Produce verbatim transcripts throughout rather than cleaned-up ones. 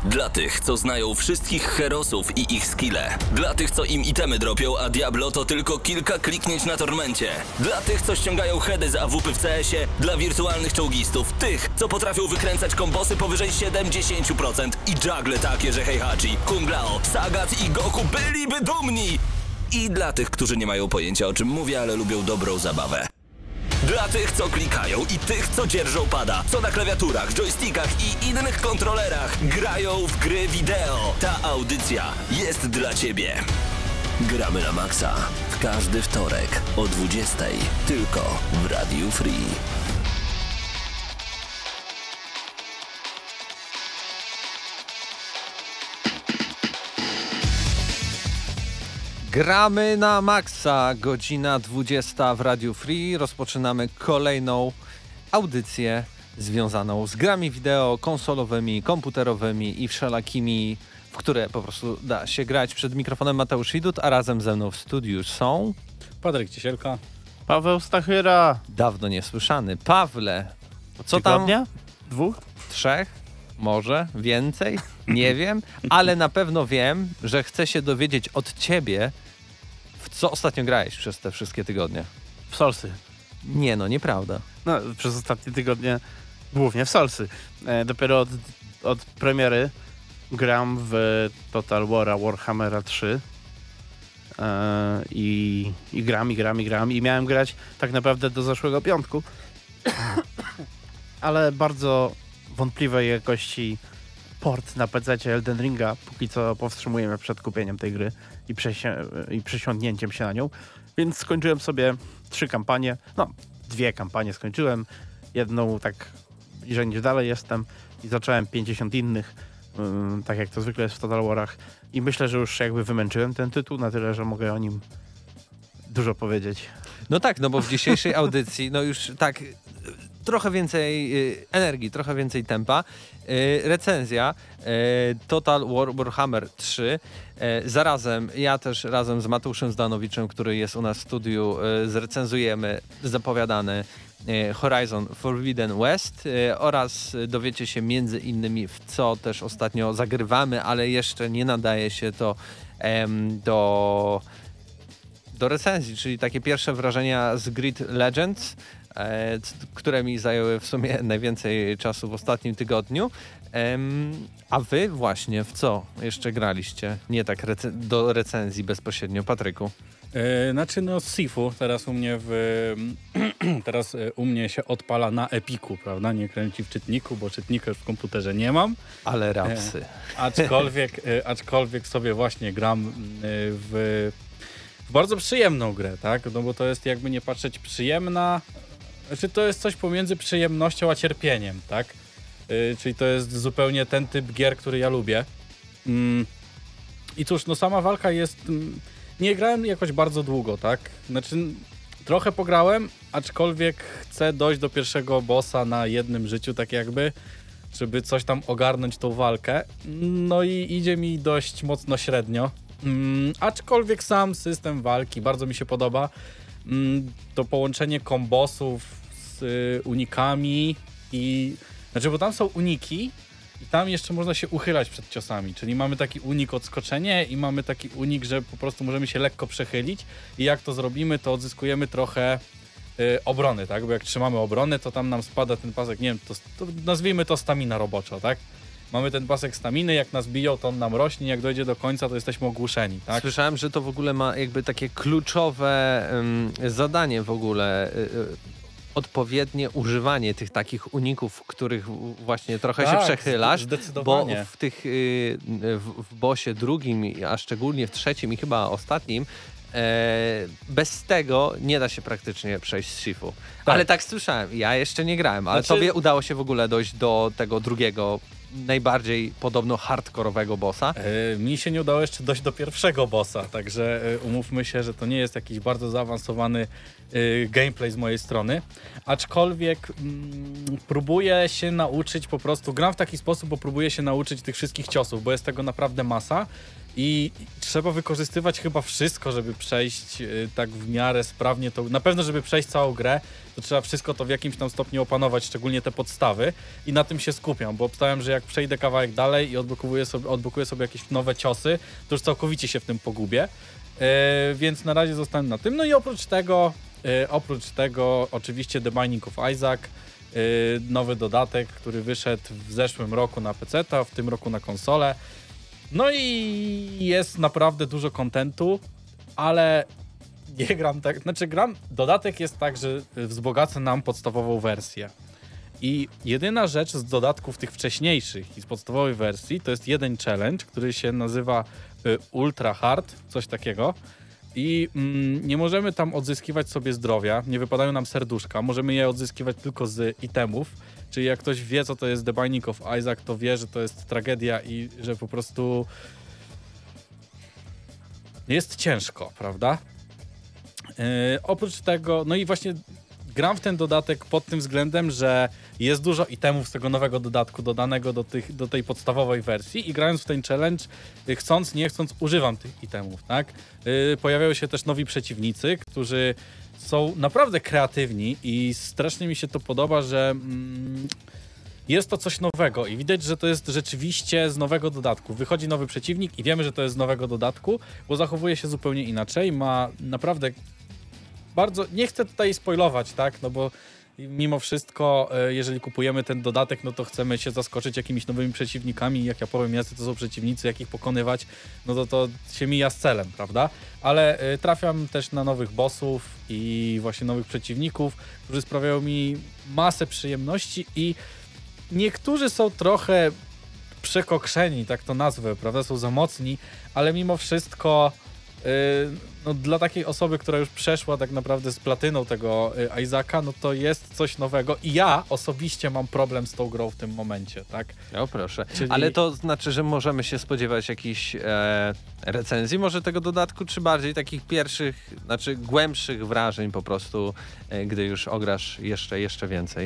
Dla tych, co znają wszystkich herosów i ich skille. Dla tych, co im itemy dropią, a Diablo to tylko kilka kliknięć na tormencie. Dla tych, co ściągają heady z A W P w C S ie. Dla wirtualnych czołgistów. Tych, co potrafią wykręcać kombosy powyżej siedemdziesiąt procent. I juggle takie, że Heihachi, Kung Lao, Sagat i Goku byliby dumni. I dla tych, którzy nie mają pojęcia, o czym mówię, ale lubią dobrą zabawę. Dla tych, co klikają i tych, co dzierżą pada, co na klawiaturach, joystickach i innych kontrolerach grają w gry wideo. Ta audycja jest dla Ciebie. Gramy na maksa w każdy wtorek o dwudziestej tylko w Radiu Free. Gramy na maksa, godzina dwudziesta w Radiu Free. Rozpoczynamy kolejną audycję związaną z grami wideo, konsolowymi, komputerowymi i wszelakimi, w które po prostu da się grać. Przed mikrofonem Mateusz Widut, a razem ze mną w studiu są... Patryk Ciesielka. Paweł Stachyra. Dawno niesłyszany. Pawle, co Tygodnia? tam? Dwóch? Trzech? Może? Więcej? Nie wiem, ale na pewno wiem, że chcę się dowiedzieć od ciebie, w co ostatnio grałeś przez te wszystkie tygodnie. W Soulsy. Nie no, nieprawda. No, przez ostatnie tygodnie głównie w Soulsy. E, dopiero od, od premiery gram w Total War'a Warhammera trzy. E, i, I gram, i gram, i gram. I miałem grać tak naprawdę do zeszłego piątku. Ale bardzo wątpliwej jakości port na pececie Elden Ringa póki co powstrzymuje mnie przed kupieniem tej gry i, przesia- i przesiądnięciem się na nią. Więc skończyłem sobie trzy kampanie. No, dwie kampanie skończyłem. Jedną tak bliżej niż dalej jestem i zacząłem pięćdziesiąt innych, um, tak jak to zwykle jest w Total War'ach. I myślę, że już jakby wymęczyłem ten tytuł na tyle, że mogę o nim dużo powiedzieć. No tak, no bo w dzisiejszej audycji, no już tak trochę więcej y, energii, trochę więcej tempa. Y, recenzja y, Total War Warhammer trzy. Y, zarazem ja też razem z Mateuszem Zdanowiczem, który jest u nas w studiu, y, zrecenzujemy zapowiadany y, Horizon Forbidden West y, oraz dowiecie się między innymi, w co też ostatnio zagrywamy, ale jeszcze nie nadaje się to em, do... do recenzji, czyli takie pierwsze wrażenia z Grid Legends, e, c- które mi zajęły w sumie najwięcej czasu w ostatnim tygodniu. Em, a wy właśnie w co jeszcze graliście? Nie tak rece- do recenzji bezpośrednio, Patryku. Yy, znaczy no Sifu teraz u mnie w teraz y, u mnie się odpala na Epiku, prawda? Nie kręci w czytniku, bo czytnika już w komputerze nie mam. Ale rapsy. E, aczkolwiek, y, aczkolwiek sobie właśnie gram y, w, w bardzo przyjemną grę, tak? No bo to jest jakby nie patrzeć przyjemna, znaczy to jest coś pomiędzy przyjemnością a cierpieniem, tak? Y, czyli to jest zupełnie ten typ gier, który ja lubię. Mm. I cóż, no sama walka jest... Mm, nie grałem jakoś bardzo długo, tak? Znaczy trochę pograłem, aczkolwiek chcę dojść do pierwszego bossa na jednym życiu, tak jakby, żeby coś tam ogarnąć tą walkę. No i idzie mi dość mocno średnio. Mm, aczkolwiek sam system walki bardzo mi się podoba. Mm, to połączenie kombosów z y, unikami i... Znaczy, bo tam są uniki i tam jeszcze można się uchylać przed ciosami, czyli mamy taki unik odskoczenie i mamy taki unik, że po prostu możemy się lekko przechylić i jak to zrobimy, to odzyskujemy trochę y, obrony, tak? Bo jak trzymamy obronę, to tam nam spada ten pasek, nie wiem, to, to nazwijmy to stamina roboczo, tak? Mamy ten pasek staminy, jak nas biją, to on nam rośnie, jak dojdzie do końca, to jesteśmy ogłuszeni, tak? Słyszałem, że to w ogóle ma jakby takie kluczowe ym, zadanie w ogóle, y, y, odpowiednie używanie tych takich uników, w których właśnie trochę tak, się przechylasz, zdecydowanie. bo w tych y, w, w bossie drugim, a szczególnie w trzecim i chyba ostatnim, e, bez tego nie da się praktycznie przejść z Shifu. Tak. Ale tak słyszałem, ja jeszcze nie grałem, ale Znaczy... tobie udało się w ogóle dojść do tego drugiego, najbardziej podobno hardkorowego bossa. Yy, mi się nie udało jeszcze dojść do pierwszego bossa, także yy, umówmy się, że to nie jest jakiś bardzo zaawansowany yy, gameplay z mojej strony, aczkolwiek mm, próbuję się nauczyć po prostu, gram w taki sposób, bo próbuję się nauczyć tych wszystkich ciosów, bo jest tego naprawdę masa I trzeba wykorzystywać chyba wszystko, żeby przejść y, tak w miarę sprawnie to. Na pewno, żeby przejść całą grę, to trzeba wszystko to w jakimś tam stopniu opanować, szczególnie te podstawy. I na tym się skupiam, bo obstawiam, że jak przejdę kawałek dalej i odblokuję sobie, odblokuję sobie jakieś nowe ciosy, to już całkowicie się w tym pogubię. Y, więc na razie zostanę na tym. No i oprócz tego, y, oprócz tego oczywiście The Binding of Isaac, y, nowy dodatek, który wyszedł w zeszłym roku na peceta, w tym roku na konsolę. No i jest naprawdę dużo kontentu, ale nie gram tak, znaczy gram, dodatek jest tak, że wzbogaca nam podstawową wersję. I jedyna rzecz z dodatków tych wcześniejszych i z podstawowej wersji to jest jeden challenge, który się nazywa y, Ultra Hard, coś takiego. I mm, nie możemy tam odzyskiwać sobie zdrowia, nie wypadają nam serduszka, możemy je odzyskiwać tylko z itemów. Czyli jak ktoś wie, co to jest The Binding of Isaac, to wie, że to jest tragedia i że po prostu jest ciężko, prawda? Yy, oprócz tego, no i właśnie gram w ten dodatek pod tym względem, że jest dużo itemów z tego nowego dodatku dodanego do, tych, do tej podstawowej wersji i grając w ten challenge, yy, chcąc, nie chcąc, używam tych itemów, tak? Yy, pojawiają się też nowi przeciwnicy, którzy są naprawdę kreatywni i strasznie mi się to podoba, że mm, jest to coś nowego i widać, że to jest rzeczywiście z nowego dodatku. Wychodzi nowy przeciwnik i wiemy, że to jest z nowego dodatku, bo zachowuje się zupełnie inaczej. Ma naprawdę bardzo... Nie chcę tutaj spoilować, tak? No bo mimo wszystko, jeżeli kupujemy ten dodatek, no to chcemy się zaskoczyć jakimiś nowymi przeciwnikami. Jak ja powiem, jacy to są przeciwnicy, jak ich pokonywać, no to to się mija z celem, prawda? Ale trafiam też na nowych bossów i właśnie nowych przeciwników, którzy sprawiają mi masę przyjemności i niektórzy są trochę przekokrzeni, tak to nazwę, prawda? Są za mocni, ale mimo wszystko yy, no, dla takiej osoby, która już przeszła tak naprawdę z platyną tego yy, Isaaca, no to jest coś nowego i ja osobiście mam problem z tą grą w tym momencie, tak? O proszę. Czyli... Ale to znaczy, że możemy się spodziewać jakichś e, recenzji może tego dodatku, czy bardziej takich pierwszych, znaczy głębszych wrażeń po prostu, e, gdy już ograsz jeszcze, jeszcze więcej?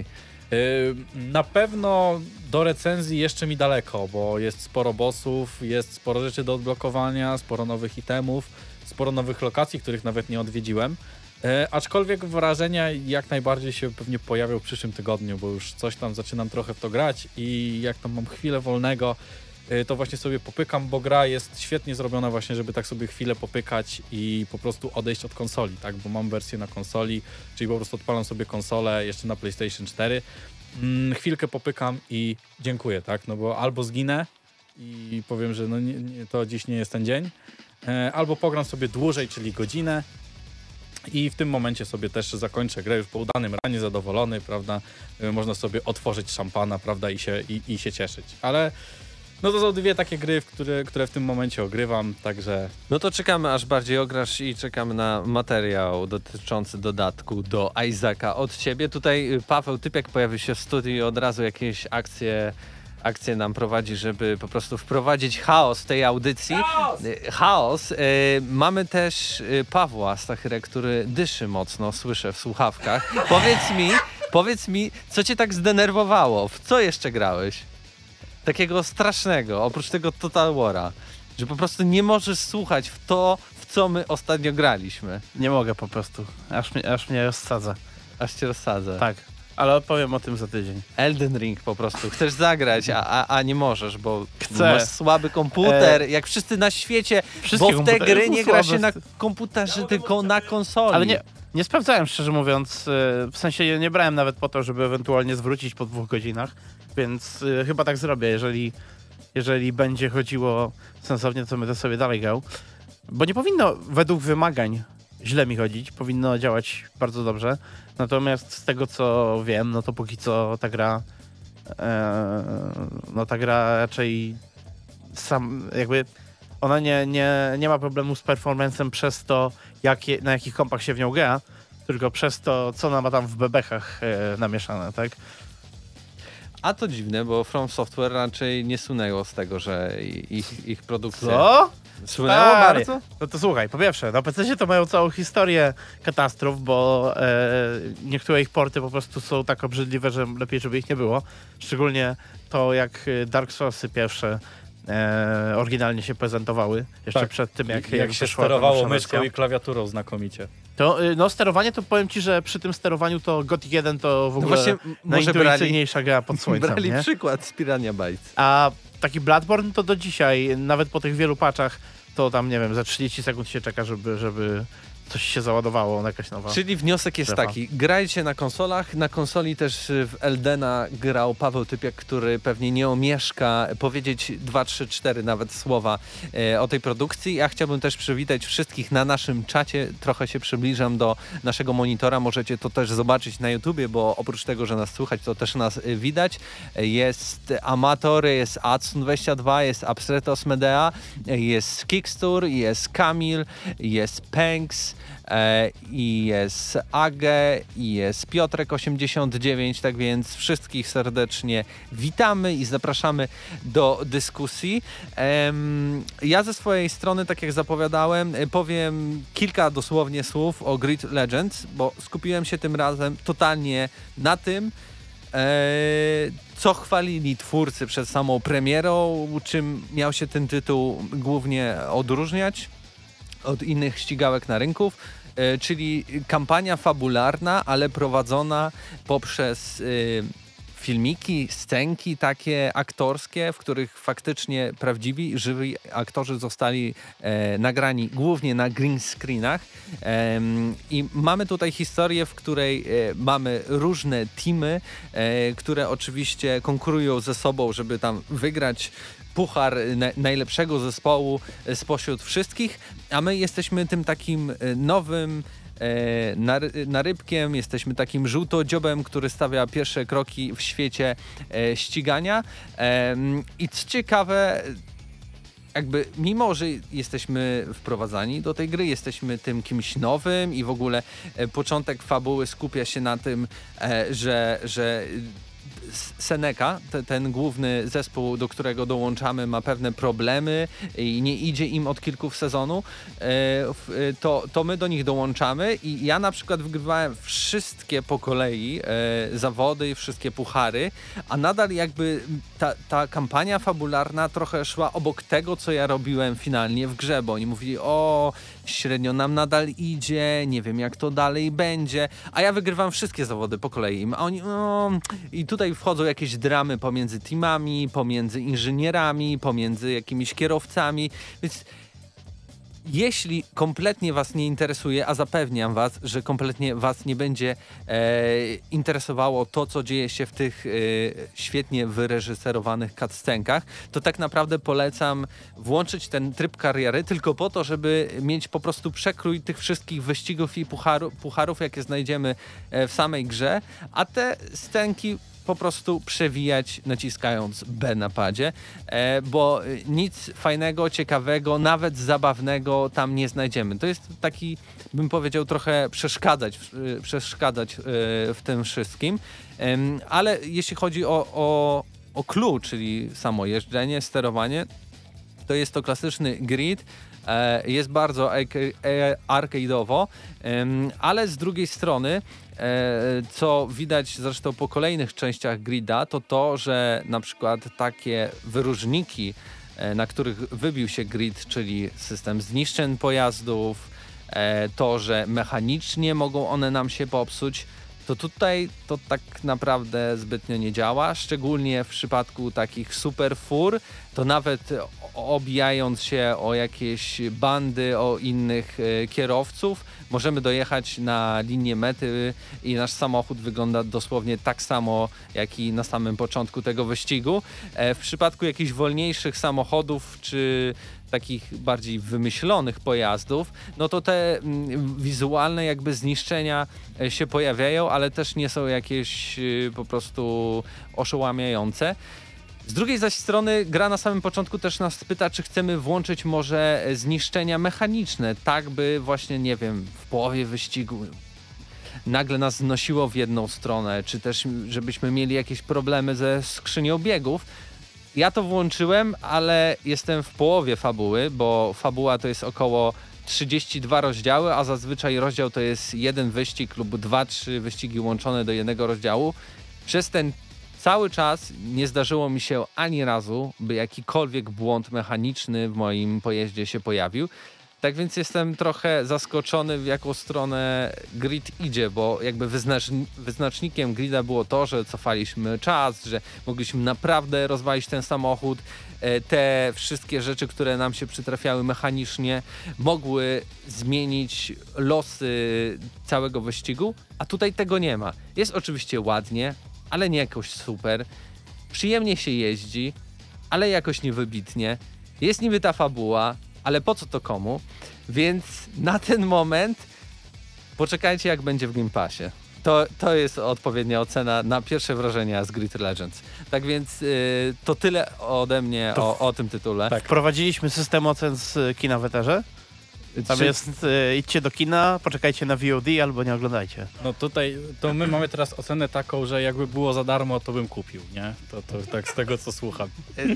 Na pewno do recenzji jeszcze mi daleko, bo jest sporo bossów, jest sporo rzeczy do odblokowania, sporo nowych itemów, sporo nowych lokacji, których nawet nie odwiedziłem. E, aczkolwiek wrażenia jak najbardziej się pewnie pojawią w przyszłym tygodniu, bo już coś tam zaczynam trochę w to grać i jak tam mam chwilę wolnego, e, to właśnie sobie popykam, bo gra jest świetnie zrobiona właśnie, żeby tak sobie chwilę popykać i po prostu odejść od konsoli, tak, bo mam wersję na konsoli, czyli po prostu odpalam sobie konsolę jeszcze na PlayStation cztery, mm, chwilkę popykam i dziękuję, tak, no bo albo zginę i powiem, że no nie, nie, to dziś nie jest ten dzień, e, albo pogram sobie dłużej, czyli godzinę, i w tym momencie sobie też zakończę grę już po udanym ranie, zadowolony, prawda? Można sobie otworzyć szampana, prawda? I się, i, i się cieszyć. Ale no to są dwie takie gry, w które, które w tym momencie ogrywam, także... No to czekamy, aż bardziej ograsz i czekamy na materiał dotyczący dodatku do Isaaca od ciebie. Tutaj Paweł Typiak pojawił się w studiu i od razu jakieś akcje... akcję nam prowadzi, żeby po prostu wprowadzić chaos w tej audycji. Chaos! chaos. E, mamy też Pawła Stachyrę, który dyszy mocno, słyszę w słuchawkach. Powiedz mi, powiedz mi, co cię tak zdenerwowało? W co jeszcze grałeś? Takiego strasznego, oprócz tego Total War'a, że po prostu nie możesz słuchać w to, w co my ostatnio graliśmy. Nie mogę po prostu, aż mnie, aż mnie rozsadza. Aż cię rozsadzę. Tak. Ale opowiem o tym za tydzień. Elden Ring po prostu. Chcesz zagrać, a, a, a nie możesz, bo Chcę. masz słaby komputer, e... jak wszyscy na świecie, Wszystkie bo w te gry nie gra się słabe. na komputerze, tylko na konsoli. Ale nie, nie sprawdzałem, szczerze mówiąc. W sensie nie brałem nawet po to, żeby ewentualnie zwrócić po dwóch godzinach, więc y, chyba tak zrobię, jeżeli, jeżeli będzie chodziło sensownie, to będę sobie dalej grał. Bo nie powinno według wymagań źle mi chodzić, powinno działać bardzo dobrze. Natomiast z tego co wiem, no to póki co ta gra e, no ta gra raczej sam jakby ona nie, nie, nie ma problemu z performancem przez to, jakie, na jakich kompach się w nią gra, tylko przez to, co ona ma tam w bebechach e, namieszane, tak? A to dziwne, bo From Software raczej nie sunęło z tego, że ich, ich produkcja... Co? Sunęło Stary. bardzo? No to słuchaj, po pierwsze, na P C to mają całą historię katastrof, bo e, niektóre ich porty po prostu są tak obrzydliwe, że lepiej, żeby ich nie było. Szczególnie to, jak Dark Soulsy pierwsze e, oryginalnie się prezentowały, jeszcze Tak. przed tym, jak, jak, jak jak się wyszła ta sterowało nowsza myszką wersja. i klawiaturą znakomicie. To, y, no sterowanie to powiem ci, że przy tym sterowaniu to Gothic jeden to w ogóle właśnie, m- może brali, najintuicyjniejsza gra pod słońcem, brali nie? przykład z Piranha Bytes. A taki Bloodborne to do dzisiaj, nawet po tych wielu patchach, to tam, nie wiem, za trzydzieści sekund się czeka, żeby, żeby coś się załadowało, jakaś nowa. Czyli wniosek jest strefa. taki, grajcie na konsolach, na konsoli też w Eldena grał Paweł Typiak, który pewnie nie omieszka powiedzieć dwa, trzy, cztery nawet słowa e, o tej produkcji. Ja chciałbym też przywitać wszystkich na naszym czacie, trochę się przybliżam do naszego monitora, możecie to też zobaczyć na YouTubie, bo oprócz tego, że nas słychać, to też nas e, widać. E, Jest Amator, jest Adsun dwadzieścia dwa, jest Abstretos Medea, e, jest Kickstur, jest Kamil, jest Penks, E, i jest Age, i jest Piotrek osiemdziesiąt dziewięć, tak więc wszystkich serdecznie witamy i zapraszamy do dyskusji. Em, ja ze swojej strony, tak jak zapowiadałem, e, powiem kilka dosłownie słów o Grid Legends, bo skupiłem się tym razem totalnie na tym, e, co chwalili twórcy przed samą premierą, czym miał się ten tytuł głównie odróżniać od innych ścigałek na rynku, e, czyli kampania fabularna, ale prowadzona poprzez e, filmiki, scenki takie aktorskie, w których faktycznie prawdziwi, żywi aktorzy zostali e, nagrani głównie na green screenach. E, I mamy tutaj historię, w której e, mamy różne teamy, e, które oczywiście konkurują ze sobą, żeby tam wygrać puchar na, najlepszego zespołu spośród wszystkich, a my jesteśmy tym takim nowym e, nary, narybkiem, jesteśmy takim żółtodziobem, który stawia pierwsze kroki w świecie e, ścigania. E, I co ciekawe, jakby mimo, że jesteśmy wprowadzani do tej gry, jesteśmy tym kimś nowym i w ogóle e, początek fabuły skupia się na tym, e, że, że Seneca, te, ten główny zespół, do którego dołączamy, ma pewne problemy i nie idzie im od kilku sezonu, to, to my do nich dołączamy i ja na przykład wygrywałem wszystkie po kolei e, zawody, wszystkie puchary, a nadal jakby ta, ta kampania fabularna trochę szła obok tego, co ja robiłem finalnie w grze, bo oni mówili, o, średnio nam nadal idzie, nie wiem jak to dalej będzie, a ja wygrywam wszystkie zawody po kolei, a oni, o, i tutaj wchodzą jakieś dramy pomiędzy teamami, pomiędzy inżynierami, pomiędzy jakimiś kierowcami, więc jeśli kompletnie was nie interesuje, a zapewniam was, że kompletnie was nie będzie e, interesowało to, co dzieje się w tych e, świetnie wyreżyserowanych cutscenkach, to tak naprawdę polecam włączyć ten tryb kariery tylko po to, żeby mieć po prostu przekrój tych wszystkich wyścigów i pucharu, pucharów, jakie znajdziemy w samej grze, a te scenki po prostu przewijać naciskając B na padzie, e, bo nic fajnego, ciekawego, nawet zabawnego tam nie znajdziemy. To jest taki, bym powiedział, trochę przeszkadzać, e, przeszkadzać e, w tym wszystkim, e, ale jeśli chodzi o, o, o clue, czyli samo jeżdżenie, sterowanie, to jest to klasyczny grid, e, jest bardzo arcade'owo, e, ale z drugiej strony co widać zresztą po kolejnych częściach grida, to to, że na przykład takie wyróżniki, na których wybił się grid, czyli system zniszczeń pojazdów, to, że mechanicznie mogą one nam się popsuć, to tutaj to tak naprawdę zbytnio nie działa, szczególnie w przypadku takich super fur, to nawet obijając się o jakieś bandy, o innych e, kierowców, możemy dojechać na linię mety i nasz samochód wygląda dosłownie tak samo, jak i na samym początku tego wyścigu. E, w przypadku jakichś wolniejszych samochodów, czy takich bardziej wymyślonych pojazdów, no to te mm, wizualne jakby zniszczenia e, się pojawiają, ale też nie są jakieś e, po prostu oszałamiające. Z drugiej zaś strony gra na samym początku też nas pyta, czy chcemy włączyć może zniszczenia mechaniczne, tak by właśnie, nie wiem, w połowie wyścigu nagle nas znosiło w jedną stronę, czy też żebyśmy mieli jakieś problemy ze skrzynią biegów. Ja to włączyłem, ale jestem w połowie fabuły, bo fabuła to jest około trzydzieści dwa rozdziały, a zazwyczaj rozdział to jest jeden wyścig lub dwa, trzy wyścigi łączone do jednego rozdziału. Przez ten cały czas nie zdarzyło mi się ani razu, by jakikolwiek błąd mechaniczny w moim pojeździe się pojawił. Tak więc jestem trochę zaskoczony, w jaką stronę grid idzie, bo jakby wyznacz- wyznacznikiem grida było to, że cofaliśmy czas, że mogliśmy naprawdę rozwalić ten samochód. Te wszystkie rzeczy, które nam się przytrafiały mechanicznie, mogły zmienić losy całego wyścigu, a tutaj tego nie ma. Jest oczywiście ładnie, ale nie jakoś super. Przyjemnie się jeździ, ale jakoś niewybitnie. Jest niby ta fabuła, ale po co to komu? Więc na ten moment poczekajcie, jak będzie w Game Passie. To, to jest odpowiednia ocena na pierwsze wrażenia z Grid Legends. Tak więc yy, to tyle ode mnie o, o tym tytule. Tak. Wprowadziliśmy system ocen z kina w eterze. Tam Czy- jest, y, idźcie do kina, poczekajcie na V O D albo nie oglądajcie. No tutaj, to my mamy teraz ocenę taką, że jakby było za darmo, to bym kupił, nie? To, to tak z tego, co słucham.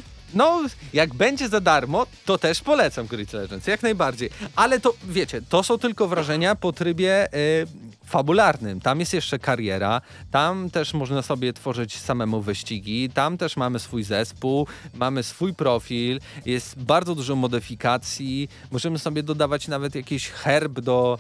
No, jak będzie za darmo, to też polecam Grid Legends, jak najbardziej. Ale to, wiecie, to są tylko wrażenia po trybie y, fabularnym. Tam jest jeszcze kariera, tam też można sobie tworzyć samemu wyścigi, tam też mamy swój zespół, mamy swój profil, jest bardzo dużo modyfikacji, możemy sobie dodawać nawet jakiś herb do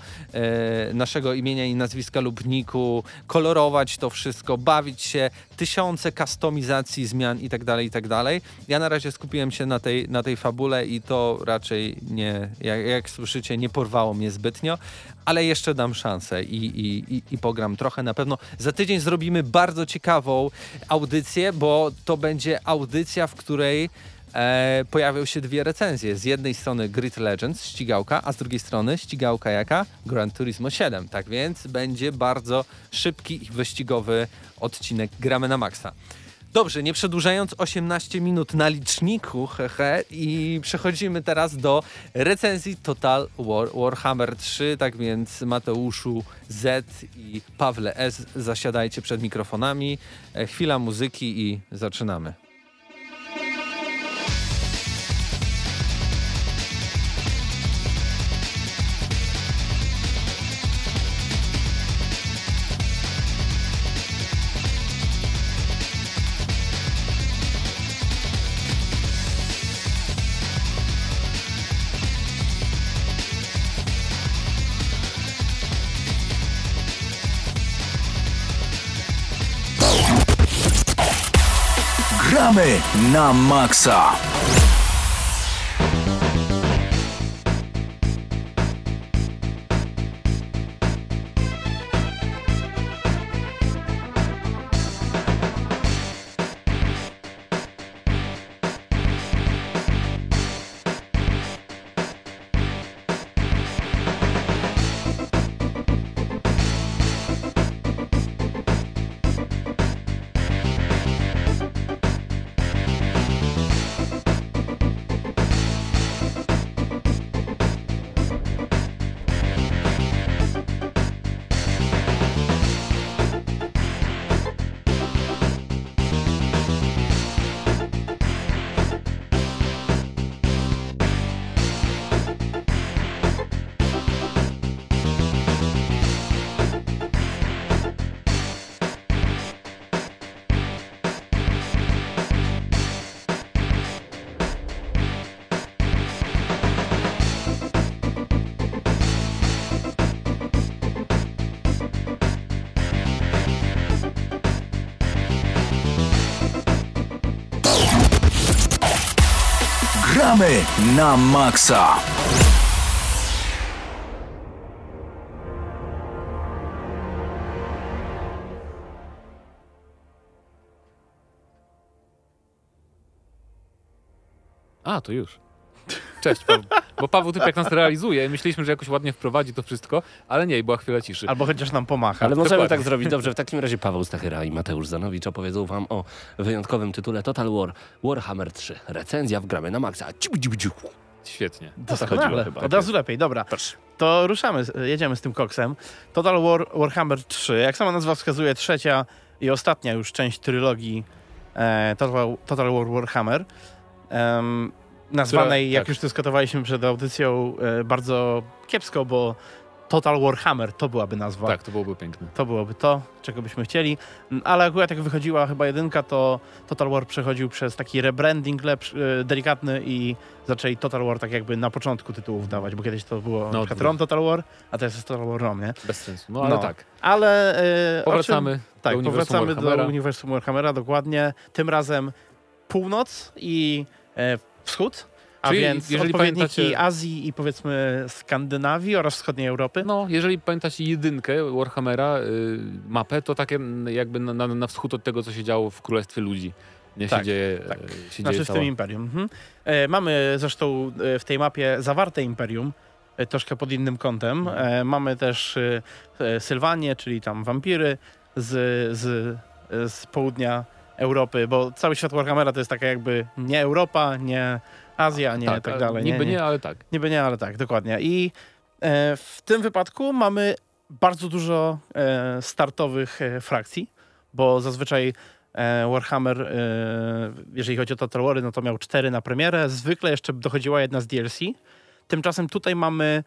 y, naszego imienia i nazwiska lub niku, kolorować to wszystko, bawić się, tysiące kustomizacji, zmian i tak dalej, i tak dalej. Ja na razie skupiłem się na tej, na tej fabule i to raczej nie, jak, jak słyszycie, nie porwało mnie zbytnio, ale jeszcze dam szansę i, i, i, i pogram trochę na pewno. Za tydzień zrobimy bardzo ciekawą audycję, bo to będzie audycja, w której e, pojawią się dwie recenzje. Z jednej strony Grid Legends, ścigałka, a z drugiej strony ścigałka jaka? Gran Turismo siedem. Tak więc będzie bardzo szybki i wyścigowy odcinek Gramy na Maxa. Dobrze, nie przedłużając, osiemnaście minut na liczniku, hehe, i przechodzimy teraz do recenzji Total War Warhammer trzy, tak więc Mateuszu Z i Pawle S, zasiadajcie przed mikrofonami, e, chwila muzyki i zaczynamy. Gramy na maksa! Gramy na maksa! A, to już. Cześć, Paweł. Bo Paweł Typiak nas realizuje. Myśleliśmy, że jakoś ładnie wprowadzi to wszystko, ale nie, była chwila ciszy. Albo chociaż nam pomacha. Ale możemy Dokładnie. tak zrobić. Dobrze, w takim razie Paweł Stachyra i Mateusz Zanowicz opowiedzą wam o wyjątkowym tytule Total War Warhammer trzy. Recenzja w Gramy na Maxa. Ciu, ciu, ciu. Świetnie. Doskonale. chyba. Od razu lepiej, dobra. Proszę. To ruszamy, jedziemy z tym koksem. Total War Warhammer trzy, jak sama nazwa wskazuje, trzecia i ostatnia już część trylogii e, Total, Total War Warhammer. Em, nazwanej, Która- jak tak. już dyskutowaliśmy przed audycją, e, bardzo kiepsko, bo Total Warhammer, to byłaby nazwa. Tak, to byłoby piękne. To byłoby to, czego byśmy chcieli. Ale akurat jak wychodziła chyba jedynka, to Total War przechodził przez taki rebranding lepszy, delikatny i zaczęli Total War tak jakby na początku tytułów dawać, bo kiedyś to było No, na przykład odwrót. Rom Total War, a teraz jest Total War Rom, nie? Bez sensu, no ale No. tak. Ale e, Powracamy o czym, tak, do uniwersum powracamy do Warhammera. uniwersum Warhammera, dokładnie. Tym razem północ i e, wschód, a Czyli więc jeżeli odpowiedniki pamiętacie- Azji i powiedzmy Skandynawii oraz wschodniej Europy. No, jeżeli pamiętacie jedynkę Warhammera, y, mapę, to takie jakby na, na, na wschód od tego, co się działo w Królestwie Ludzi. Nie Tak, się dzieje, tak. e, się Znaczy dzieje w cała... tym imperium. Mhm. E, mamy zresztą e, w tej mapie zawarte imperium, e, troszkę pod innym kątem. E, mamy też e, e, Sylwanię, czyli tam wampiry z, z, e, z południa Europy, bo cały świat Warhammera to jest taka jakby nie Europa, nie Azja, nie tak, ale dalej. Niby nie, ale tak. Niby nie, ale tak, dokładnie. I e, w tym wypadku mamy bardzo dużo e, startowych e, frakcji, bo zazwyczaj e, Warhammer, e, jeżeli chodzi o Total War, no to miał cztery na premierę. Zwykle jeszcze dochodziła jedna z D L C. Tymczasem tutaj mamy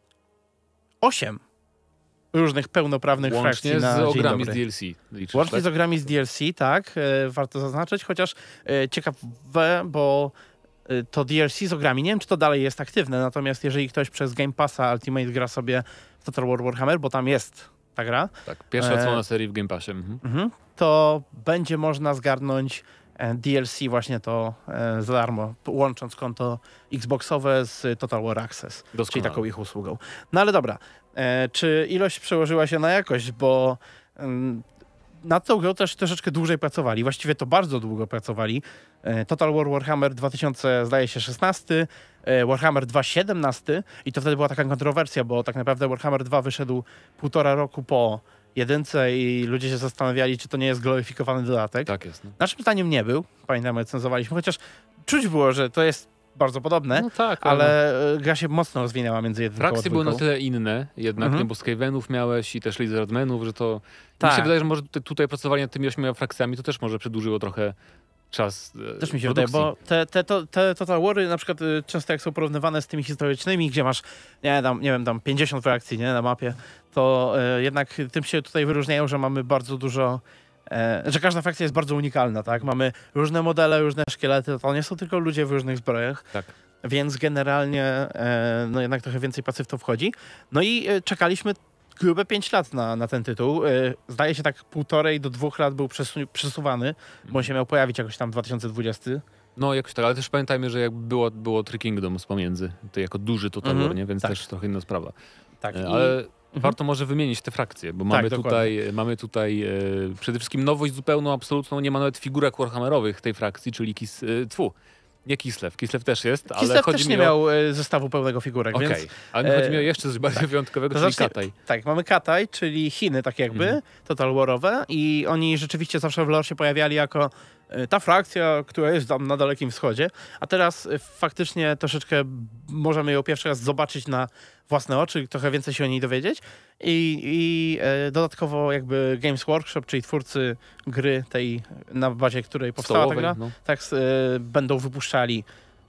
osiem różnych pełnoprawnych Łącznie frakcji na z dzień ogrami z dobry. D L C. Liczysz, Łącznie tak? z ogrami z D L C, tak, e, warto zaznaczyć, chociaż e, ciekawe, bo e, to D L C z ogrami, nie wiem, czy to dalej jest aktywne, natomiast jeżeli ktoś przez Game Passa Ultimate gra sobie w Total War Warhammer, bo tam jest ta gra, Tak, pierwsza E, odsłona serii w Game Passie. Mhm. mhm, to będzie można zgarnąć e, D L C właśnie to e, za darmo, p- łącząc konto Xboxowe z Total War Access, czyli Doskonale. taką ich usługą. No ale dobra, e, czy ilość przełożyła się na jakość, bo ym, nad tą grą też troszeczkę dłużej pracowali, właściwie to bardzo długo pracowali. E, Total War Warhammer dwa tysiące, zdaje się, szesnasty, e, Warhammer dwa tysiące siedemnasty i to wtedy była taka kontrowersja, bo tak naprawdę Warhammer dwa wyszedł półtora roku po jedynce i ludzie się zastanawiali, czy to nie jest gloryfikowany dodatek. Tak jest. No, Naszym zdaniem nie był, pamiętamy, recenzowaliśmy, chociaż czuć było, że to jest bardzo podobne, no tak, ale e, gra się mocno rozwinęła między jedynką a frakcje były na dwójką. tyle inne jednak, Mhm. nie, bo Skavenów miałeś i też Lizardmenów, że to... Tak. Mi się wydaje, że może tutaj, tutaj pracowanie nad tymi ośmioma frakcjami to też może przedłużyło trochę czas e, Też mi się wydaje, produkcji. bo te, te, to, te Total Wary na przykład y, często jak są porównywane z tymi historycznymi, gdzie masz, nie, tam, nie wiem, tam pięćdziesiąt frakcji, nie, na mapie, to y, jednak tym się tutaj wyróżniają, że mamy bardzo dużo, e, że każda frakcja jest bardzo unikalna, tak? Mamy różne modele, różne szkielety, to nie są tylko ludzie w różnych zbrojach, Tak. więc generalnie e, no jednak trochę więcej pracy w to wchodzi. No i e, czekaliśmy grube pięć lat na, na ten tytuł. E, zdaje się tak półtorej do dwóch lat był przesu- przesuwany, bo on się miał pojawić jakoś tam dwa tysiące dwudziesty. No jakoś tak, ale też pamiętajmy, że jakby było, było Three Kingdoms pomiędzy, to jako duży Total Mhm, War, nie? Więc tak. też trochę inna sprawa. Tak, E, i- Ale warto może wymienić te frakcje, bo mamy dokładnie. tutaj, mamy tutaj e, przede wszystkim nowość zupełną, absolutną, nie ma nawet figurek warhammerowych tej frakcji, czyli Kis, e, tfu, nie Kislev, Kislev też jest, ale Kislev chodzi też mi nie o... miał e, zestawu pełnego figurek, Okej, więc... ale mi chodzi e, mi o jeszcze coś bardziej wyjątkowego, To czyli zacznie- Kataj. Tak, mamy Kataj, czyli Chiny tak jakby, Mhm. Total Warowe i oni rzeczywiście zawsze w lore się pojawiali jako e, ta frakcja, która jest tam na Dalekim Wschodzie, a teraz e, faktycznie troszeczkę możemy ją pierwszy raz zobaczyć na własne oczy, trochę więcej się o niej dowiedzieć i, i e, dodatkowo jakby Games Workshop, czyli twórcy gry tej, na bazie której powstała ta Stołowej, gra, no. tak e, będą wypuszczali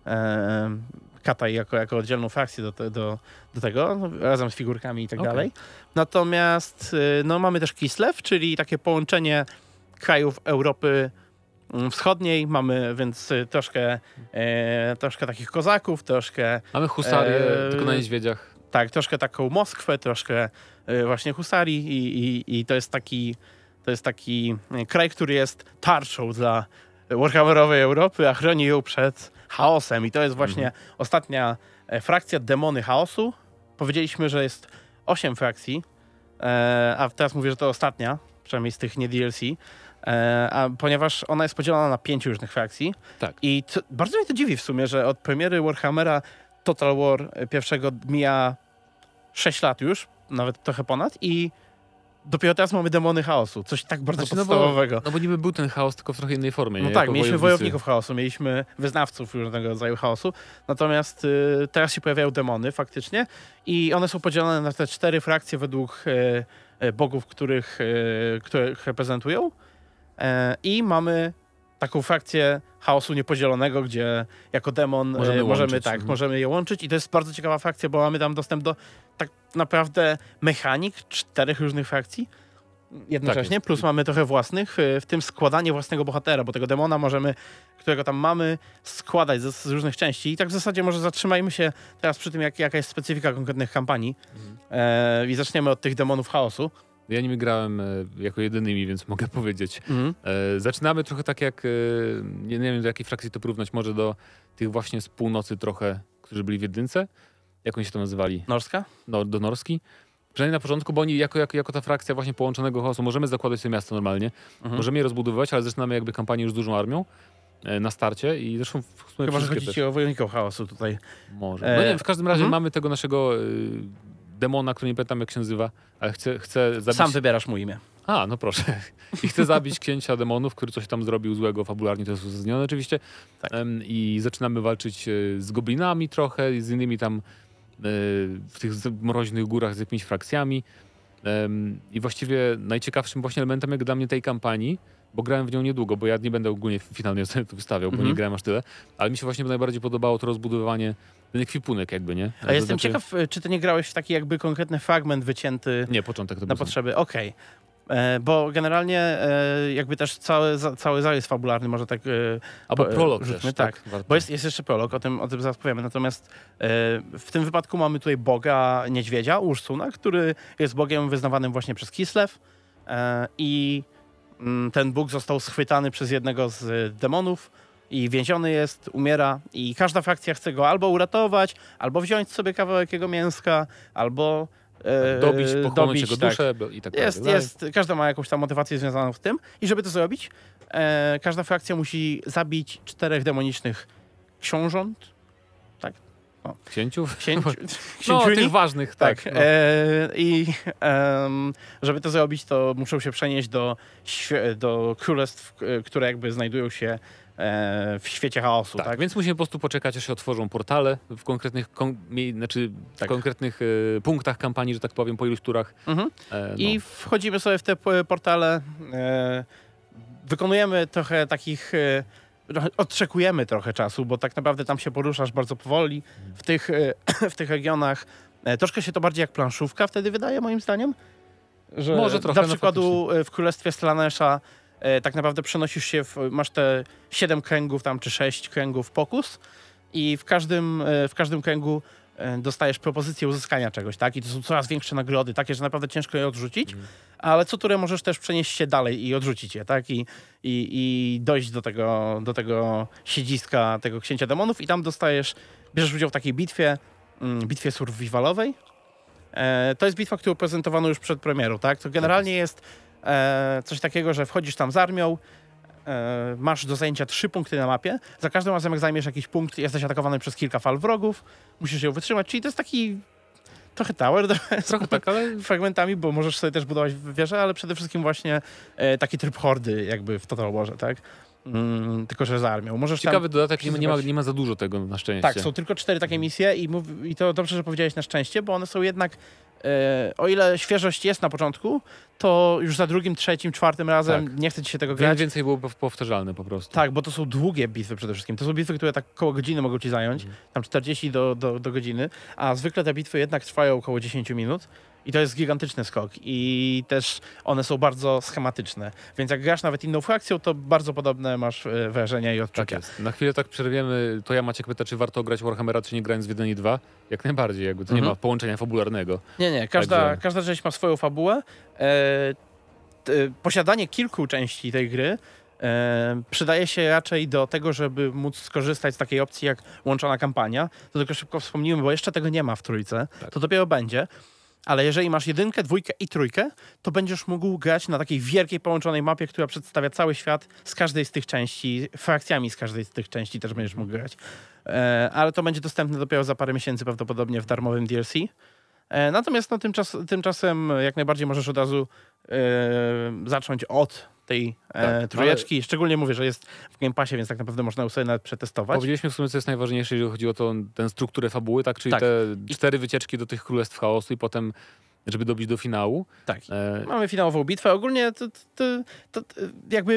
e, Kataj jako, jako oddzielną frakcję do, te, do, do tego, no, razem z figurkami i tak Okej. dalej. Natomiast y, no, mamy też Kislev, czyli takie połączenie krajów Europy mm, Wschodniej. Mamy więc y, troszkę, e, troszkę takich kozaków, troszkę Mamy husarię, Eee, tylko na niedźwiedziach. tak, troszkę taką Moskwę, troszkę y, właśnie husarii i, i, i to jest taki to jest taki y, kraj, który jest tarczą dla Warhammerowej Europy, a chroni ją przed chaosem. I to jest właśnie Mhm. ostatnia e, frakcja Demony Chaosu. Powiedzieliśmy, że jest osiem frakcji, e, a teraz mówię, że to ostatnia, przynajmniej z tych nie D L C, e, a ponieważ ona jest podzielona na pięć różnych frakcji. Tak. I to, bardzo mnie to dziwi w sumie, że od premiery Warhammera Total War e, pierwszego mija sześć lat już, nawet trochę ponad i dopiero teraz mamy Demony Chaosu, coś tak bardzo Znaczy, no bo- podstawowego. No bo niby był ten chaos, tylko w trochę innej formie. No nie? tak, Jako mieliśmy wojownicy. wojowników chaosu, mieliśmy wyznawców różnego rodzaju chaosu, natomiast y, teraz się pojawiają demony faktycznie i one są podzielone na te cztery frakcje według y, y, bogów, których, y, których reprezentują e, i mamy taką frakcję chaosu niepodzielonego, gdzie jako demon Możemy możemy, możemy łączyć, tak, mhm. możemy je łączyć i to jest bardzo ciekawa frakcja, bo mamy tam dostęp do tak naprawdę mechanik czterech różnych frakcji jednocześnie, jest. plus mamy trochę własnych, w tym składanie własnego bohatera, bo tego demona możemy, którego tam mamy, składać z, z różnych części i tak w zasadzie może zatrzymajmy się teraz przy tym, jak, jaka jest specyfika konkretnych kampanii e, i zaczniemy od tych demonów chaosu. Ja nimi grałem e, jako jedynymi, więc mogę powiedzieć. Mhm. E, zaczynamy trochę tak jak, e, nie, nie wiem do jakiej frakcji to porównać, może do tych właśnie z północy trochę, którzy byli w jedynce. Jak oni się to nazywali? Norska? No, do Norski. Przynajmniej na początku, bo oni jako, jako, jako ta frakcja właśnie połączonego chaosu, możemy zakładać sobie miasto normalnie, Mhm. możemy je rozbudowywać, ale zaczynamy jakby kampanię już z dużą armią e, na starcie i zresztą w sumie Chyba, że wszystkie chodzi też. ci o wojowników chaosu tutaj. Może. E, No nie wiem, w każdym razie mhm. mamy tego naszego y, demona, który nie pamiętam jak się nazywa, ale chcę, chcę zabić... Sam wybierasz mu imię. A, no proszę. I chcę zabić księcia demonów, który coś tam zrobił złego, fabularnie to jest uzasadnione oczywiście. Tak. Em, I zaczynamy walczyć e, z goblinami trochę, i z innymi tam e, w tych z- mroźnych górach z jakimiś frakcjami. Em, I właściwie najciekawszym właśnie elementem jak dla mnie tej kampanii, bo grałem w nią niedługo, bo ja nie będę ogólnie finalnie oceny tu wystawiał, bo Mhm. nie grałem aż tyle, ale mi się właśnie najbardziej podobało to rozbudowywanie, ten ekwipunek jakby, nie? A To jestem znaczy- ciekaw, czy ty nie grałeś w taki jakby konkretny fragment wycięty Nie, początek to na był sam. potrzeby. Okej. E, Bo generalnie e, jakby też cały, za- cały zarys fabularny może tak... e, Albo po- e, prolog rzućmy, też, tak. tak? Warto. Bo jest, jest jeszcze prolog, o tym, o tym zaraz powiemy. Natomiast e, w tym wypadku mamy tutaj boga niedźwiedzia, Ursuna, który jest bogiem wyznawanym właśnie przez Kislev e, i mm, ten bóg został schwytany przez jednego z e, demonów i więziony jest, umiera i każda frakcja chce go albo uratować, albo wziąć sobie kawałek jego mięska, albo e, Dobić, pochłonąć jego tak. duszę i tak dalej. Jest, jest, każda ma jakąś tam motywację związaną z tym i żeby to zrobić, e, każda frakcja musi zabić czterech demonicznych książąt, Księciów? księci, No, księciuni. tych ważnych, Tak, tak. no. e, i em, żeby to zrobić, to muszą się przenieść do, świe- do królestw, e, które jakby znajdują się e, w świecie chaosu, Tak, tak? więc musimy po prostu poczekać, aż się otworzą portale w konkretnych, kon, mie- znaczy w Tak. konkretnych e, punktach kampanii, że tak powiem, po iluś turach. Mhm. E, no. I wchodzimy sobie w te p- portale, e, wykonujemy trochę takich, e, trochę- odczekujemy trochę czasu, bo tak naprawdę tam się poruszasz bardzo powoli w tych, e, w tych regionach. E, troszkę się to bardziej jak planszówka wtedy wydaje, moim zdaniem. Że Może trochę, Dla no przykładu e, w Królestwie Slanesha e, tak naprawdę przenosisz się, w, masz te siedem kręgów tam, czy sześć kręgów pokus i w każdym, e, w każdym kręgu e, dostajesz propozycję uzyskania czegoś, tak? I to są coraz większe nagrody, takie, że naprawdę ciężko je odrzucić, ale co turę możesz też przenieść się dalej i odrzucić je, tak? I, i, i dojść do tego, do tego siedziska tego księcia demonów i tam dostajesz, bierzesz udział w takiej bitwie, mm, bitwie survivalowej. E, to jest bitwa, którą prezentowano już przed premierą, tak? To generalnie jest e, coś takiego, że wchodzisz tam z armią, e, masz do zajęcia trzy punkty na mapie. Za każdym razem, jak zajmiesz jakiś punkt, jesteś atakowany przez kilka fal wrogów, musisz ją wytrzymać, czyli to jest taki trochę tower, trochę Trochę tak, ale fragmentami, bo możesz sobie też budować wieże, ale przede wszystkim właśnie e, taki tryb hordy jakby w Total Warze, tak? Mm, tylko, że z armią. Możesz tam ciekawy dodatek, nie ma, nie, ma, przyzywać- nie ma za dużo tego na szczęście. tak, są tylko cztery takie misje i, mów, i to dobrze, że powiedziałeś na szczęście, bo one są jednak, e, o ile świeżość jest na początku, to już za drugim, trzecim, czwartym razem Tak. nie chce ci się tego Wie- grać. Więcej było pow- powtarzalne po prostu. Tak, bo to są długie bitwy przede wszystkim. To są bitwy, które tak koło godziny mogą ci zająć, tam czterdzieści do, do, do godziny, a zwykle te bitwy jednak trwają około dziesięć minut. I to jest gigantyczny skok i też one są bardzo schematyczne. Więc jak grasz nawet inną frakcją, to bardzo podobne masz e, wrażenia i Tak odczucia. jest. Na chwilę tak przerwiemy, to ja Maciek pyta, czy warto grać Warhammera trzy nie grając w jeden i dwa? Jak najbardziej, jakby to nie Mhm. ma połączenia fabularnego. Nie, nie, każda, Także- każda część ma swoją fabułę. E, t, posiadanie kilku części tej gry e, przydaje się raczej do tego, żeby móc skorzystać z takiej opcji jak łączona kampania. To tylko szybko wspomnimy, bo jeszcze tego nie ma w trójce. Tak. To dopiero będzie. Ale jeżeli masz jedynkę, dwójkę i trójkę, to będziesz mógł grać na takiej wielkiej połączonej mapie, która przedstawia cały świat z każdej z tych części, frakcjami z każdej z tych części też będziesz mógł grać. E, ale to będzie dostępne dopiero za parę miesięcy prawdopodobnie w darmowym D L C. E, natomiast no, tymczas, tymczasem jak najbardziej możesz od razu e, zacząć od tej e, Tak, trójeczki. Szczególnie mówię, że jest w Game Passie, więc tak naprawdę można ją sobie nawet przetestować. Powiedzieliśmy w sumie, co jest najważniejsze, jeżeli chodzi o tą, tę strukturę fabuły, tak? Czyli Tak. te cztery wycieczki do tych Królestw Chaosu i potem, żeby dobić do finału. Tak. E, Mamy finałową bitwę. Ogólnie to, to, to, to jakby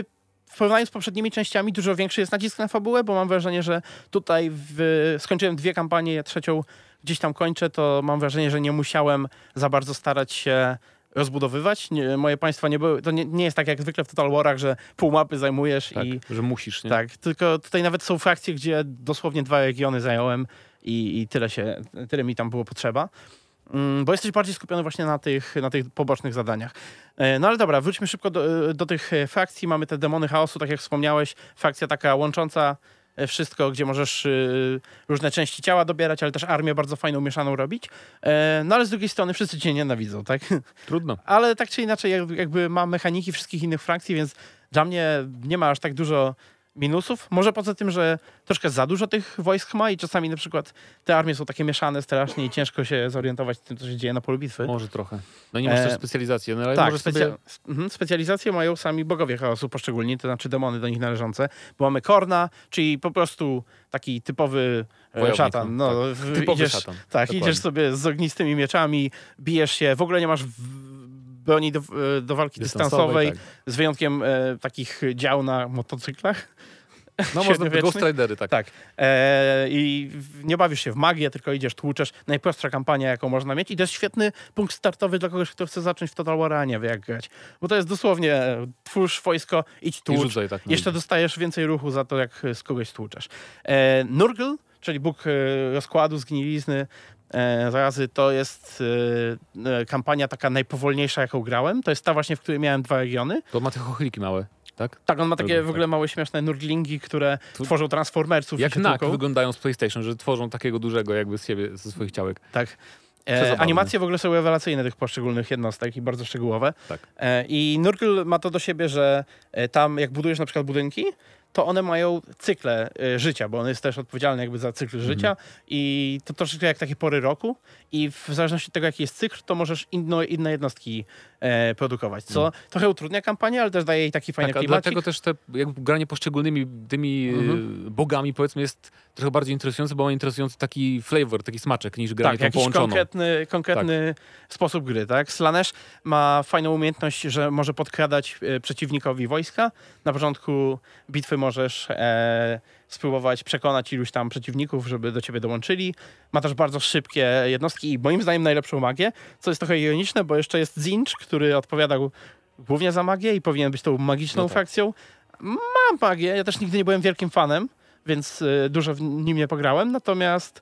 w porównaniu z poprzednimi częściami dużo większy jest nacisk na fabułę, bo mam wrażenie, że tutaj w... skończyłem dwie kampanie, trzecią gdzieś tam kończę, to mam wrażenie, że nie musiałem za bardzo starać się rozbudowywać. Nie, moje państwa nie były, to nie, nie jest tak jak zwykle w Total Warach, że pół mapy zajmujesz Tak, i... że musisz, nie? Tak, tylko tutaj nawet są frakcje, gdzie dosłownie dwa regiony zająłem i, i tyle się, tyle mi tam było potrzeba. Mm, bo jesteś bardziej skupiony właśnie na tych, na tych pobocznych zadaniach. E, no ale dobra, wróćmy szybko do, do tych frakcji. Mamy te demony chaosu, tak jak wspomniałeś. Frakcja taka łącząca wszystko, gdzie możesz y, różne części ciała dobierać, ale też armię bardzo fajną, mieszaną robić. E, no ale z drugiej strony wszyscy cię nienawidzą, tak? Trudno. Ale tak czy inaczej jakby ma mechaniki wszystkich innych frakcji, więc dla mnie nie ma aż tak dużo minusów. Może poza tym, że troszkę za dużo tych wojsk ma i czasami na przykład te armie są takie mieszane strasznie i ciężko się zorientować w tym, co się dzieje na polu bitwy. Może trochę. No nie masz E, też specjalizacji, no ale Tak, może specja sobie... mhm, specjalizacje mają sami bogowie chaosu poszczególni, to znaczy demony do nich należące. Bo mamy Korna, czyli po prostu taki typowy e, Wojownik, szatan. no, No, tak. w- Typowy idziesz, szatan. Tak, Dokładnie. idziesz sobie z ognistymi mieczami, bijesz się, w ogóle nie masz w- broni do, do walki dystansowej, tak. z wyjątkiem e, takich dział na motocyklach. No można średniowiecznych. Ghost Ridery, tak. Tak. E, I w- nie bawisz się w magię, tylko idziesz, tłuczesz. Najprostsza kampania, jaką można mieć. I to jest świetny punkt startowy dla kogoś, kto chce zacząć w Total War, a nie wie jak grać. Bo to jest dosłownie e, twórz wojsko, idź I tłucz. rzucaj tak. na Jeszcze ludzi. dostajesz więcej ruchu za to, jak z kogoś stłuczesz. E, Nurgle, czyli bóg e, rozkładu, zgnilizny, e, zarazy, to jest e, e, kampania taka najpowolniejsza, jaką grałem. To jest ta właśnie, w której miałem dwa regiony. To ma te chochliki małe, tak? Tak, on ma takie Nurgle, w ogóle tak. małe, śmieszne nurglingi, które Tu- tworzą transformersów. i Jak się Knack tłuką. wyglądają z PlayStation, że tworzą takiego dużego jakby z siebie, ze swoich ciałek. Tak. E, Przezabawne. animacje w ogóle są rewelacyjne tych poszczególnych jednostek i bardzo szczegółowe. Tak. E, I Nurgle ma to do siebie, że e, tam jak budujesz na przykład budynki, to one mają cykle e, życia, bo on jest też odpowiedzialny jakby za cykl Mhm. życia i to troszeczkę jak takie pory roku i w zależności od tego, jaki jest cykl, to możesz inno, inne jednostki e, produkować, co trochę utrudnia kampanię, ale też daje jej taki fajny Mhm. Tak, a klimacik. dlatego też te jakby granie poszczególnymi tymi Mhm. e, bogami powiedzmy jest trochę bardziej interesujące, bo ma interesujący taki flavor, taki smaczek niż granie Tak, tą jakiś połączoną. konkretny, konkretny sposób gry, tak? Slanesh ma fajną umiejętność, że może podkradać e, przeciwnikowi wojska. Na początku bitwy możesz e, spróbować przekonać iluś tam przeciwników, żeby do ciebie dołączyli. Ma też bardzo szybkie jednostki i moim zdaniem najlepszą magię, co jest trochę ironiczne, bo jeszcze jest Zinch, który odpowiadał głównie za magię i powinien być tą magiczną No tak. frakcją. Ma magię, ja też nigdy nie byłem wielkim fanem, więc e, dużo w nim nie pograłem, natomiast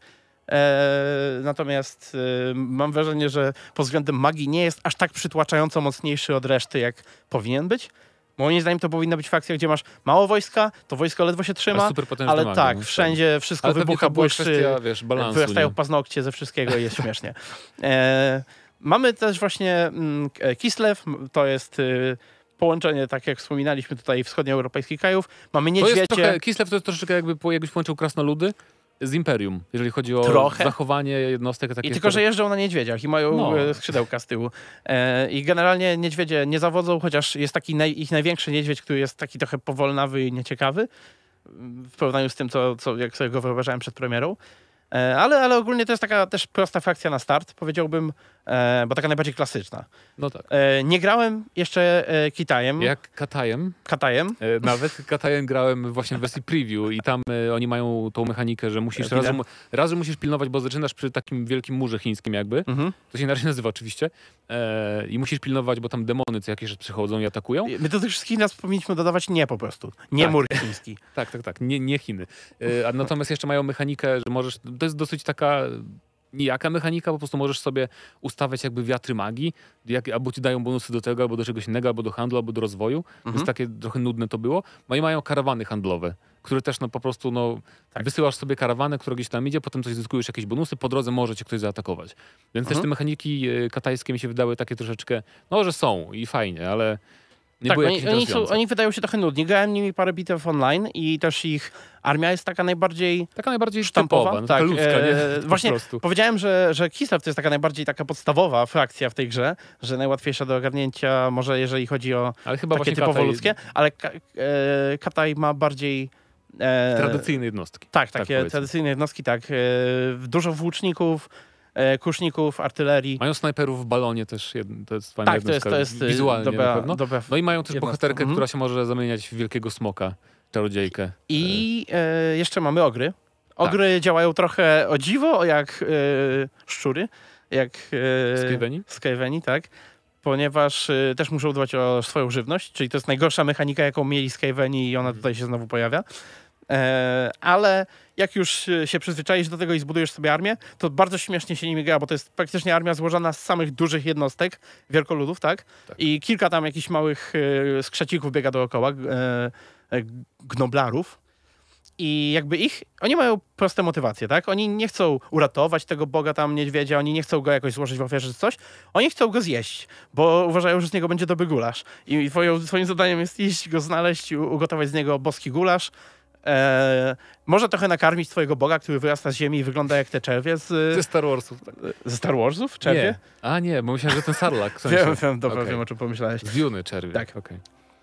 E, natomiast e, mam wrażenie, że pod względem magii nie jest aż tak przytłaczająco mocniejszy od reszty, jak powinien być. Moim zdaniem to powinna być frakcja, gdzie masz mało wojska, to wojsko ledwo się trzyma, Ale super potężny ale magia, tak, no, wszędzie wszystko Ale pewnie wybucha, to była błyszczy, kwestia, wiesz, balansu, wyrastają nie? paznokcie ze wszystkiego i jest śmiesznie. E, mamy też właśnie mm, Kislev, m, to jest y, połączenie, tak jak wspominaliśmy tutaj, wschodnioeuropejskich krajów. Mamy To jest niedźwiedzie. trochę, Kislev to jest troszeczkę jakby, po- jakbyś połączył krasnoludy z Imperium, jeżeli chodzi o Trochę. zachowanie jednostek takich. I tylko, że jeżdżą na niedźwiedziach i mają No. e, skrzydełka z tyłu. E, I generalnie niedźwiedzie nie zawodzą, chociaż jest taki naj, ich największy niedźwiedź, który jest taki trochę powolnawy i nieciekawy w porównaniu z tym, co, co, jak sobie go wyobrażałem przed premierą. E, ale, ale ogólnie to jest taka też prosta frakcja na start, powiedziałbym, e, bo taka najbardziej klasyczna. No tak. E, nie grałem jeszcze e, Kitajem, Jak Katajem, Katajem. e, nawet Katajem grałem właśnie w wersji preview i tam e, oni mają tą mechanikę, że musisz Ile? raz, że mu- raz, że musisz pilnować, bo zaczynasz przy takim wielkim murze chińskim jakby, Mhm. to się inaczej nazywa oczywiście, e, i musisz pilnować, bo tam demony co jakieś przychodzą i atakują. My do tych wszystkich nas powinniśmy dodawać nie po prostu. Nie Tak. mur chiński. Tak, tak, tak, nie, nie Chiny. E, a natomiast jeszcze mają mechanikę, że możesz, to jest dosyć taka nijaka mechanika, po prostu możesz sobie ustawiać jakby wiatry magii, jak, albo ci dają bonusy do tego, albo do czegoś innego, albo do handlu, albo do rozwoju, więc takie trochę nudne to było. No i mają karawany handlowe, które też no po prostu, no, Tak. wysyłasz sobie karawanę, która gdzieś tam idzie, potem coś zyskujesz, jakieś bonusy, po drodze może cię ktoś zaatakować. Więc też te mechaniki e, katajskie mi się wydały takie troszeczkę, no, że są i fajnie, ale nie Tak, były oni, jakieś oni, są, interesujące. oni wydają się trochę nudni. Grałem nimi parę bitew online i też ich armia jest taka najbardziej Taka najbardziej sztampowa. typowa, no, tak, taka ludzka, e, nie? Po Właśnie prostu. powiedziałem, że, że Kislev to jest taka najbardziej taka podstawowa frakcja w tej grze, że najłatwiejsza do ogarnięcia, może jeżeli chodzi o Ale chyba takie właśnie typowo Kataj, ludzkie, ale ka, e, Kataj ma bardziej e, tradycyjne jednostki. Tak, tak takie powiedzmy. tradycyjne jednostki, tak. E, dużo włóczników, e, kuszników, artylerii. Mają snajperów w balonie też, jed, to jest fajna Tak, to jest, jednostka, to jest wizualnie dobra, na pewno. dobra No i mają też jednostka. bohaterkę, Mhm. która się może zamieniać w wielkiego smoka, czarodziejkę. I e, jeszcze mamy ogry. Ogry tak. działają trochę o dziwo, jak e, szczury, jak e, Skaveni? Skaveni, tak. Ponieważ e, też muszą dbać o swoją żywność, czyli to jest najgorsza mechanika, jaką mieli Skaveni i ona tutaj się znowu pojawia. E, ale jak już się przyzwyczaisz do tego i zbudujesz sobie armię, to bardzo śmiesznie się nimi gra, bo to jest praktycznie armia złożona z samych dużych jednostek, wielkoludów, tak? Tak. I kilka tam jakichś małych e, skrzecików biega dookoła, e, e, gnoblarów. I jakby ich, oni mają proste motywacje, tak? Oni nie chcą uratować tego boga tam niedźwiedzia, oni nie chcą go jakoś złożyć w ofierze czy coś, oni chcą go zjeść, bo uważają, że z niego będzie dobry gulasz. I twoją, twoim zadaniem jest iść go znaleźć i ugotować z niego boski gulasz. Eee, może trochę nakarmić twojego boga, który wyrasta z ziemi i wygląda jak te czerwie z... Ze Star Warsów. Tak. Ze Star Warsów? Czerwie? Nie. A nie, bo myślałem, że ten Sarlak. W sensie. Wiem, wiem, dobra, Okay. wiem, o czym pomyślałeś. Z Duny czerwie. Tak. Okay.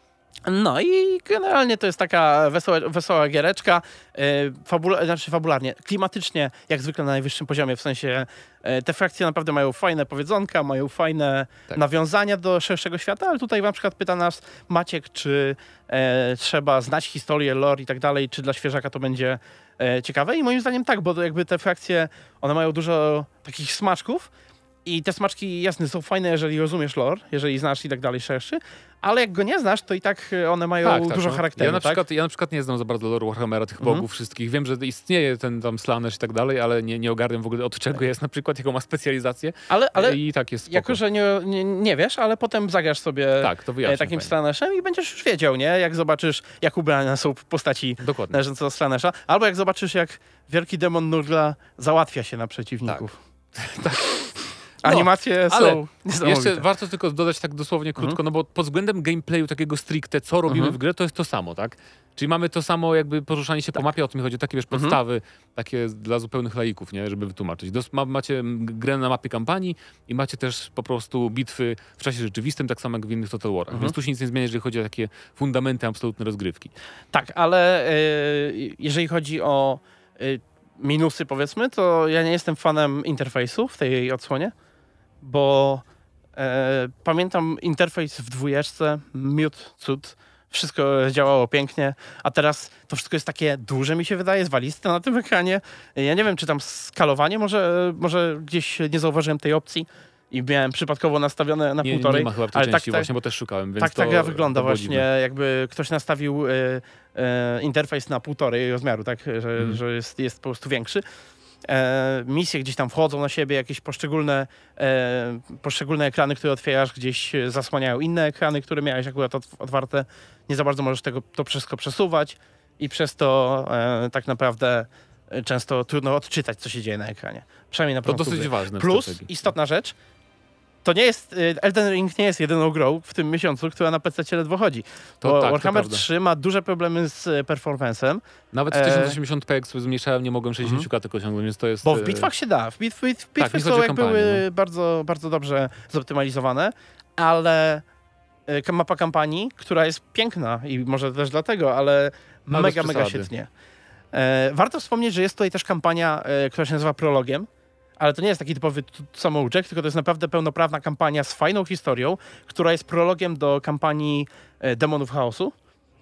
No i generalnie to jest taka wesoła, wesoła giereczka, e, fabula, znaczy fabularnie, klimatycznie jak zwykle na najwyższym poziomie, w sensie e, te frakcje naprawdę mają fajne powiedzonka, mają fajne Tak. nawiązania do szerszego świata, ale tutaj na przykład pyta nas Maciek, czy e, trzeba znać historię, lore i tak dalej, czy dla świeżaka to będzie e, ciekawe i moim zdaniem tak, bo to jakby te frakcje, one mają dużo takich smaczków. I te smaczki, jasne, są fajne, jeżeli rozumiesz lore, jeżeli znasz i tak dalej szerszy, ale jak go nie znasz, to i tak one mają Tak, tak, dużo no. charakteru, Ja na, tak? przykład, ja na przykład nie znam za bardzo lore Warhammera, tych Mhm. bogów wszystkich. Wiem, że istnieje ten tam Slanesh i tak dalej, ale nie, nie ogarniam w ogóle od czego jest na przykład, jaką ma specjalizację. Ale, ale I tak jest spoko. jako, że nie, nie, nie wiesz, ale potem zagrasz sobie Tak, to e, wyjaśnię. takim fajnie. Slaneszem i będziesz już wiedział, nie? Jak zobaczysz, jak ubrane są postaci Dokładnie. należące do Slanesha, albo jak zobaczysz, jak wielki demon Nurgla załatwia się na przeciwników. Tak. Animacje ale są niesamowite. Jeszcze warto tylko dodać tak dosłownie krótko, no bo pod względem gameplayu takiego stricte, co robimy Mhm. w grze, to jest to samo, tak? Czyli mamy to samo jakby poruszanie się po mapie, o tym chodzi, takie wiesz, podstawy, takie dla zupełnych laików, nie? Żeby wytłumaczyć. Dos ma macie grę na mapie kampanii i macie też po prostu bitwy w czasie rzeczywistym, tak samo jak w innych Total War'ach. Mhm. Więc tu się nic nie zmienia, jeżeli chodzi o takie fundamenty absolutne rozgrywki. Tak, ale e, jeżeli chodzi o e, minusy, powiedzmy, to ja nie jestem fanem interfejsu w tej odsłonie, bo e, pamiętam interfejs w dwójeczce, miód, cud, wszystko działało pięknie, a teraz to wszystko jest takie duże, mi się wydaje, zwaliste na tym ekranie. Ja nie wiem, czy tam skalowanie, może, może gdzieś nie zauważyłem tej opcji i miałem przypadkowo nastawione na Nie, półtorej. nie ma chyba w tej ale części tak, tak, właśnie, bo też szukałem, więc tak to, ta gra wygląda to było właśnie, dziwne. jakby ktoś nastawił e, e, interfejs na półtorej rozmiaru, tak, że, Mhm. że jest, jest po prostu większy. E, misje gdzieś tam wchodzą na siebie, jakieś poszczególne, e, poszczególne ekrany, które otwierasz, gdzieś zasłaniają inne ekrany, które miałeś akurat ot- otwarte. Nie za bardzo możesz tego, to wszystko przesuwać i przez to e, tak naprawdę e, często trudno odczytać, co się dzieje na ekranie. Przynajmniej na To początku dosyć gry. ważne w Plus, strategii. istotna rzecz, to nie jest, e, Elden Ring nie jest jedyną grą w tym miesiącu, która na P C ledwo chodzi. To Bo tak, to Warhammer prawda. trzy ma duże problemy z e, performancem, Nawet w e, tysiąc osiemdziesiąt p jak sobie zmniejszałem, nie mogłem sześćdziesiąt k tylko osiągnąć, więc to jest... bo w e, bitwach się da. W bitw, bitw, bitwy mi są chodzi o jakby kampanię, no. bardzo, bardzo dobrze zoptymalizowane, ale e, mapa kampanii, która jest piękna i może też dlatego, ale No, mega, bez mega przesady. świetnie. E, warto wspomnieć, że jest tutaj też kampania, e, która się nazywa Prologiem, ale to nie jest taki typowy t- samouczek, tylko to jest naprawdę pełnoprawna kampania z fajną historią, która jest prologiem do kampanii e, Demonów Chaosu.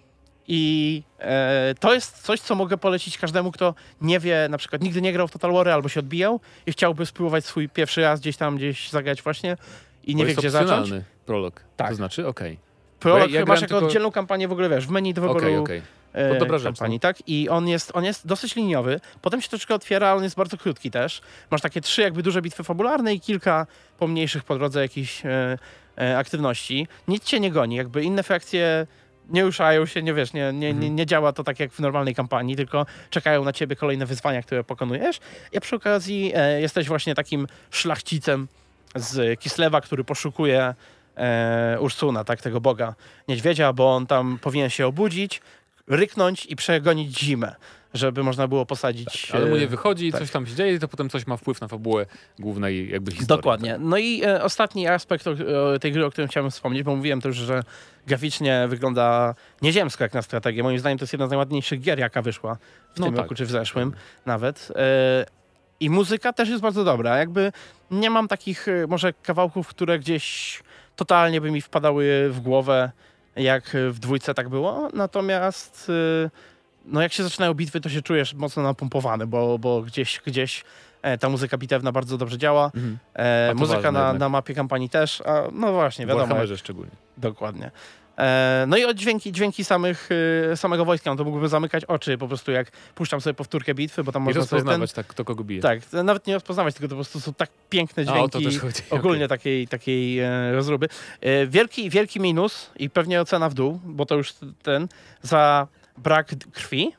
I e, to jest coś, co mogę polecić każdemu, kto nie wie, na przykład nigdy nie grał w Total War albo się odbijał i chciałby spróbować swój pierwszy raz gdzieś tam, gdzieś zagrać właśnie i nie bo wie, jest gdzie zacząć. opcjonalny prolog. Tak. To znaczy, okej. Prolog, Ja- ja masz grałem jako tylko- oddzielną kampanię w ogóle, wiesz, w menu do wyboru Okej, okej. e, To dobra rzecz, kampanii, tak? I on jest, on jest dosyć liniowy, potem się troszkę otwiera, ale on jest bardzo krótki też. Masz takie trzy jakby duże bitwy fabularne i kilka pomniejszych po drodze jakichś e, e, aktywności. Nic cię nie goni, jakby inne frakcje nie ruszają się, nie wiesz, nie, nie, nie, nie działa to tak jak w normalnej kampanii, tylko czekają na ciebie kolejne wyzwania, które pokonujesz. I przy okazji e, jesteś właśnie takim szlachcicem z Kislewa, który poszukuje e, Ursuna, tak, tego boga niedźwiedzia, bo on tam powinien się obudzić, ryknąć i przegonić zimę, żeby można było posadzić... Ale mu e, nie wychodzi, tak. coś tam się dzieje i to potem coś ma wpływ na fabułę głównej jakby historii. Dokładnie. No i e, ostatni aspekt o, o tej gry, o którym chciałem wspomnieć, bo mówiłem też, że graficznie wygląda nieziemsko jak na strategię. Moim zdaniem to jest jedna z najładniejszych gier, jaka wyszła w No tym tak. roku, czy w zeszłym nawet. E, I muzyka też jest bardzo dobra. Jakby nie mam takich y, może kawałków, które gdzieś totalnie by mi wpadały w głowę, jak w dwójce tak było. Natomiast y, no jak się zaczynają bitwy, to się czujesz mocno napompowany, bo, bo gdzieś, gdzieś e, ta muzyka bitewna bardzo dobrze działa. Mhm. E, A to muzyka ważne na, jednak. na mapie kampanii też. A, no właśnie, W wiadomo. Warhammerze szczególnie. Dokładnie. E, no i od dźwięki, dźwięki samych, y, samego wojska, no to mógłbym zamykać oczy po prostu jak puszczam sobie powtórkę bitwy, bo tam I można sobie ten... rozpoznawać tak, kto kogo bije. Tak, to nawet nie rozpoznawać, tylko to po prostu są tak piękne A, o to dźwięki też chodzi. ogólnie Okej. takiej, takiej e, rozruby. E, wielki, wielki minus i pewnie ocena w dół, bo to już ten, za brak d- krwi.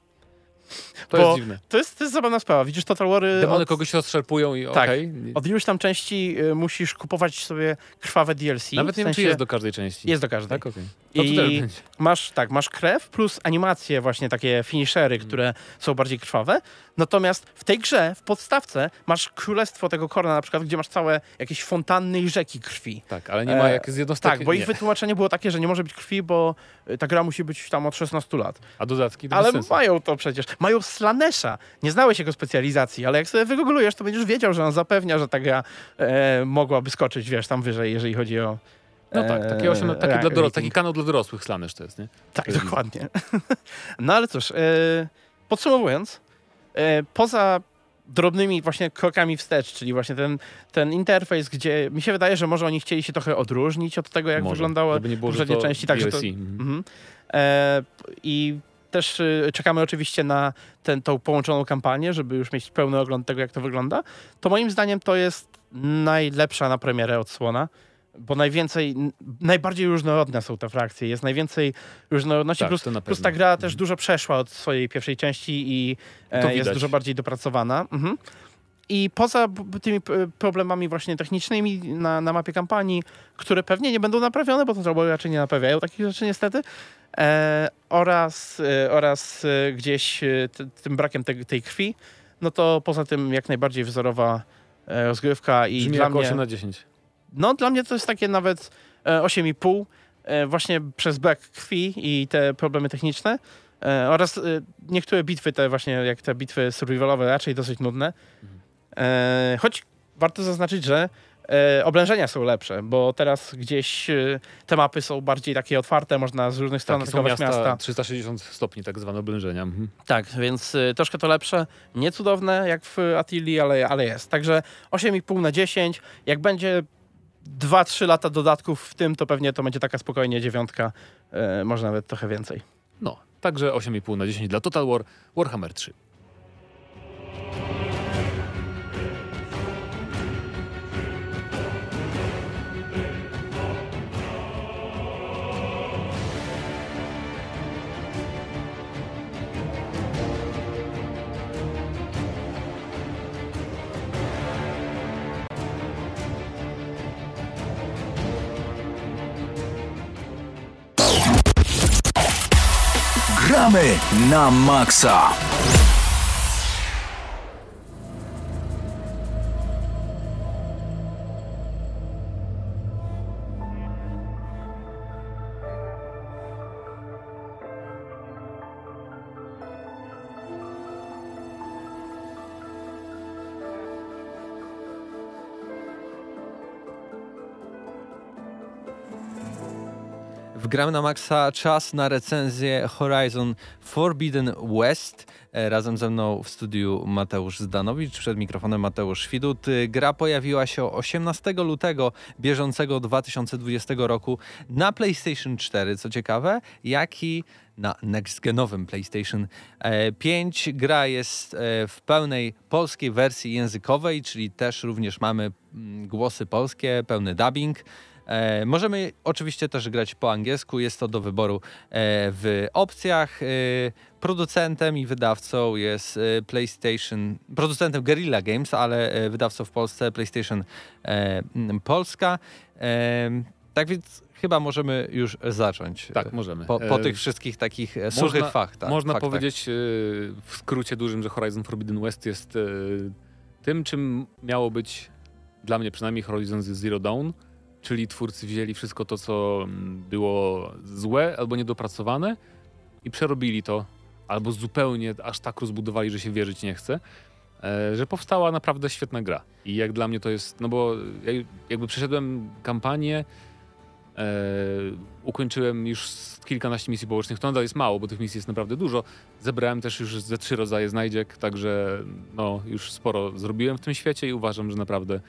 To bo jest dziwne. To jest, to jest zabawna sprawa. Widzisz, Total War Demony od, kogoś rozszarpują i Tak. okej. od iluś tam części y, musisz kupować sobie krwawe D L C. Nawet w nie wiem, czy sensie- jest do każdej części. Jest do każdej. Tak, okej. To I tu też będzie. masz, tak, masz krew plus animacje właśnie takie finishery, Mm. które są bardziej krwawe. Natomiast w tej grze, w podstawce masz królestwo tego Korna na przykład, gdzie masz całe jakieś fontanny i rzeki krwi. Tak, ale nie ma E, jak z jednostek. Tak, bo ich nie. wytłumaczenie było takie, że nie może być krwi, bo y, ta gra musi być tam od szesnastu lat. A dodatki to Ale bez sensu. mają to przecież. Mają Slanesha. Nie znałeś jego specjalizacji, ale jak sobie wygooglujesz, to będziesz wiedział, że on zapewnia, że ta gra e, mogłaby skoczyć, wiesz, tam wyżej, jeżeli chodzi o... No tak, e, takie, osiem, takie, ra- dla doro- rating. taki kanał dla dorosłych Slanesh to jest, nie? Tak, telewizji. dokładnie. No ale cóż, e, podsumowując, e, poza drobnymi właśnie krokami wstecz, czyli właśnie ten, ten interfejs, gdzie mi się wydaje, że może oni chcieli się trochę odróżnić od tego, jak Może, wyglądało żeby nie było, że poprzednie to części. Tak, że to, D L C. Mhm. mhm. e, I też y, czekamy oczywiście na ten, tą połączoną kampanię, żeby już mieć pełny ogląd tego, jak to wygląda. To moim zdaniem to jest najlepsza na premierę odsłona, bo najwięcej, n- najbardziej różnorodne są te frakcje, jest najwięcej różnorodności, Tak, plus, to na plus pewno. ta gra też dużo przeszła od swojej pierwszej części i e, To jest widać. dużo bardziej dopracowana. Mhm. I poza b- tymi p- problemami właśnie technicznymi na, na mapie kampanii, które pewnie nie będą naprawione, bo to raczej nie naprawiają takich rzeczy niestety, e, oraz, e, oraz e, gdzieś e, t- tym brakiem te, tej krwi, no to poza tym jak najbardziej wzorowa e, rozgrywka i Brzmi dla jak mnie... osiem na dziesięć. No dla mnie to jest takie nawet e, osiem i pół, e, właśnie przez brak krwi i te problemy techniczne e, oraz e, niektóre bitwy, te właśnie jak te bitwy survivalowe, raczej dosyć nudne. E, choć warto zaznaczyć, że e, oblężenia są lepsze, bo teraz gdzieś e, te mapy są bardziej takie otwarte, można z różnych stron Takie są atakować miasta, miasta. trzysta sześćdziesiąt stopni tak zwane oblężenia. Mhm. Tak, więc y, troszkę to lepsze. Nie cudowne jak w Attilii, ale, ale jest. Także osiem i pół na dziesięć. Jak będzie dwa trzy lata dodatków w tym, to pewnie to będzie taka spokojnie dziewiątka. Y, może nawet trochę więcej. No, także osiem i pół na dziesięć dla Total War Warhammer trzy. Gramy na maksa. W Gramy na Maxa czas na recenzję Horizon Forbidden West. E, Razem ze mną w studiu Mateusz Zdanowicz, przed mikrofonem Mateusz Widut. Y, Gra pojawiła się osiemnastego lutego bieżącego dwa tysiące dwudziestego roku na PlayStation cztery, co ciekawe, jak i na next-genowym PlayStation pięć. Gra jest e, w pełnej polskiej wersji językowej, czyli też również mamy mm, głosy polskie, pełny dubbing. E, możemy oczywiście też grać po angielsku, jest to do wyboru e, w opcjach. E, producentem i wydawcą jest e, PlayStation, producentem Guerrilla Games, ale e, wydawcą w Polsce PlayStation e, m, Polska. E, tak więc chyba możemy już zacząć. Tak, e, możemy. Po, po E, tych wszystkich takich e, można- suchych faktach. Można faktach. powiedzieć e, w skrócie dużym, że Horizon Forbidden West jest e, tym, czym miało być dla mnie przynajmniej Horizon Zero Dawn, czyli twórcy wzięli wszystko to, co mm, było złe albo niedopracowane i przerobili to, albo zupełnie aż tak rozbudowali, że się wierzyć nie chce. e, że powstała naprawdę świetna gra. I jak dla mnie to jest, no bo ja jakby przeszedłem kampanię, e, ukończyłem już kilkanaście misji pobocznych, to nadal jest mało, bo tych misji jest naprawdę dużo. Zebrałem też już ze trzy rodzaje znajdziek, także no już sporo zrobiłem w tym świecie i uważam, że naprawdę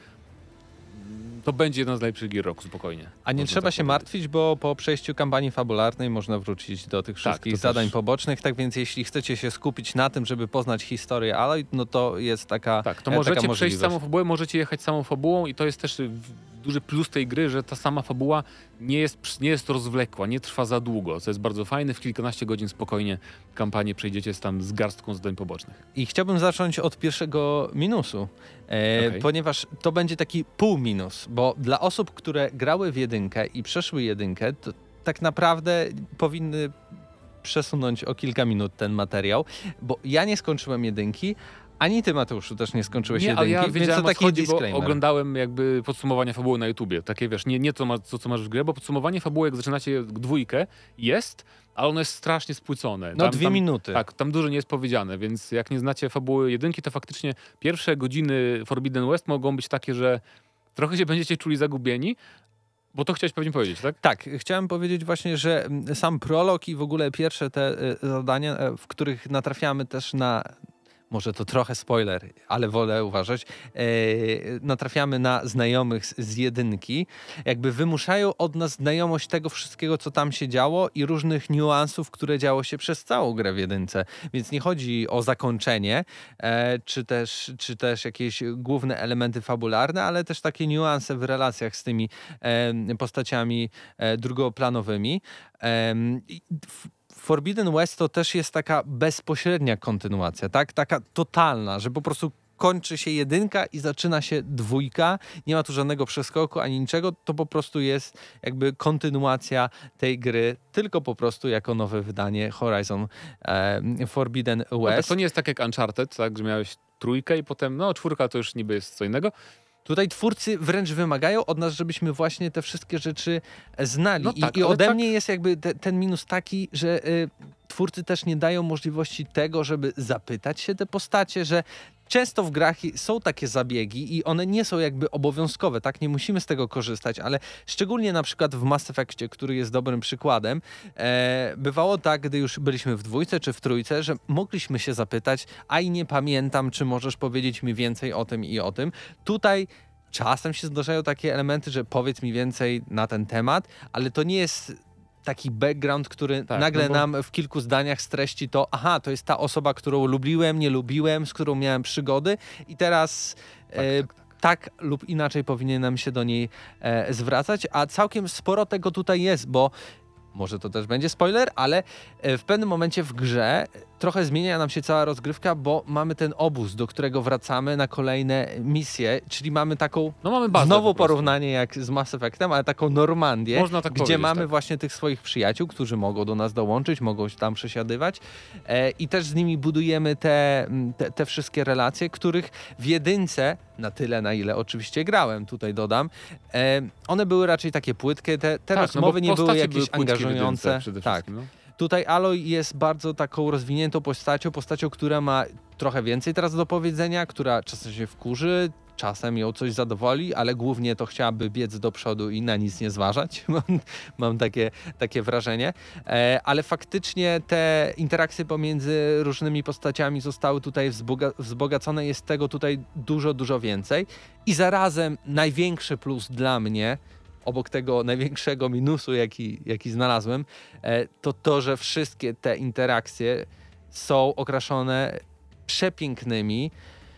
to będzie jedna z najlepszych gier roku, spokojnie. A nie Można trzeba tak się powiedzieć. martwić, bo po przejściu kampanii fabularnej można wrócić do tych wszystkich to zadań też. pobocznych, tak więc jeśli chcecie się skupić na tym, żeby poznać historię Aloy, no to jest taka Tak, to e, możecie taka przejść możliwość. samą fabułę, możecie jechać samą fabułą i to jest też y, w- duży plus tej gry, że ta sama fabuła nie jest, przy- nie jest rozwlekła, nie trwa za długo, co jest bardzo fajne. W kilkanaście godzin spokojnie kampanię przejdziecie z tam z garstką zadań pobocznych. I chciałbym zacząć od pierwszego minusu, e, Okej. ponieważ to będzie taki pół minus, bo dla osób, które grały w jedynkę i przeszły jedynkę, to tak naprawdę powinny przesunąć o kilka minut ten materiał, bo ja nie skończyłem jedynki, ani ty, Mateuszu, też nie skończyłeś Nie, ale jedynki, ja więc wiedziałem, to o co taki chodzi, bo disclaimer. oglądałem jakby podsumowania fabuły na YouTubie. Takie wiesz, nie, nie to, ma, to, co masz w grze, bo podsumowanie fabuły, jak zaczynacie dwójkę, jest, ale ono jest strasznie spłycone. No Tam- dwie tam, minuty. Tak, tam dużo nie jest powiedziane, więc jak nie znacie fabuły jedynki, to faktycznie pierwsze godziny Forbidden West mogą być takie, że trochę się będziecie czuli zagubieni, bo to chciałeś pewnie powiedzieć, tak? Tak, chciałem powiedzieć właśnie, że mm, sam prolog i w ogóle pierwsze te y, zadania, e, w których natrafiamy też na, może to trochę spoiler, ale wolę uważać, e, natrafiamy na znajomych z, z jedynki, jakby wymuszają od nas znajomość tego wszystkiego, co tam się działo i różnych niuansów, które działo się przez całą grę w jedynce. Więc nie chodzi o zakończenie, e, czy, też, czy też jakieś główne elementy fabularne, ale też takie niuanse w relacjach z tymi e, postaciami e, drugoplanowymi. Em, i w- Forbidden West to też jest taka bezpośrednia kontynuacja, tak? Taka totalna, że po prostu kończy się jedynka i zaczyna się dwójka. Nie ma tu żadnego przeskoku ani niczego. To po prostu jest jakby kontynuacja tej gry, tylko po prostu jako nowe wydanie Horizon em, Forbidden No tak, West. to nie jest tak jak Uncharted, tak, że miałeś trójkę i potem, no czwórka to już niby jest co innego. Tutaj twórcy wręcz wymagają od nas, żebyśmy właśnie te wszystkie rzeczy znali. No tak, I, i ale ode tak- mnie jest jakby te, ten minus taki, że y, twórcy też nie dają możliwości tego, żeby zapytać się te postacie, że często w grach są takie zabiegi i one nie są jakby obowiązkowe, tak? Nie musimy z tego korzystać, ale szczególnie na przykład w Mass Effectie, który jest dobrym przykładem, e, bywało tak, gdy już byliśmy w dwójce czy w trójce, że mogliśmy się zapytać, a i nie pamiętam, czy możesz powiedzieć mi więcej o tym i o tym. Tutaj czasem się zdarzają takie elementy, że powiedz mi więcej na ten temat, ale to nie jest taki background, który Tak, nagle no bo- nam w kilku zdaniach streści to, aha, to jest ta osoba, którą lubiłem, nie lubiłem, z którą miałem przygody i teraz e, tak, tak. tak lub inaczej powinienem się do niej e, zwracać, a całkiem sporo tego tutaj jest, bo może to też będzie spoiler, ale e, w pewnym momencie w grze trochę zmienia nam się cała rozgrywka, bo mamy ten obóz, do którego wracamy na kolejne misje, czyli mamy taką No mamy bazę znowu po prostu. porównanie jak z Mass Effectem, ale taką Normandię, Można tak gdzie powiedzieć, mamy tak. właśnie tych swoich przyjaciół, którzy mogą do nas dołączyć, mogą się tam przesiadywać e, i też z nimi budujemy te, m, te, te wszystkie relacje, których w jedynce, na tyle na ile oczywiście grałem, tutaj dodam, e, one były raczej takie płytkie, te, te Tak, rozmowy no bo nie były postacie jakieś płytkie w jedynce angażujące. przede Tak. wszystkim, no. Tutaj Aloy jest bardzo taką rozwiniętą postacią, postacią, która ma trochę więcej teraz do powiedzenia, która czasem się wkurzy, czasem ją coś zadowoli, ale głównie to chciałaby biec do przodu i na nic nie zważać. Mam, mam takie, takie wrażenie. E, ale faktycznie te interakcje pomiędzy różnymi postaciami zostały tutaj wzboga- wzbogacone. Jest tego tutaj dużo, dużo więcej. I zarazem największy plus dla mnie, obok tego największego minusu, jaki, jaki znalazłem, e, to to, że wszystkie te interakcje są okraszone przepięknymi,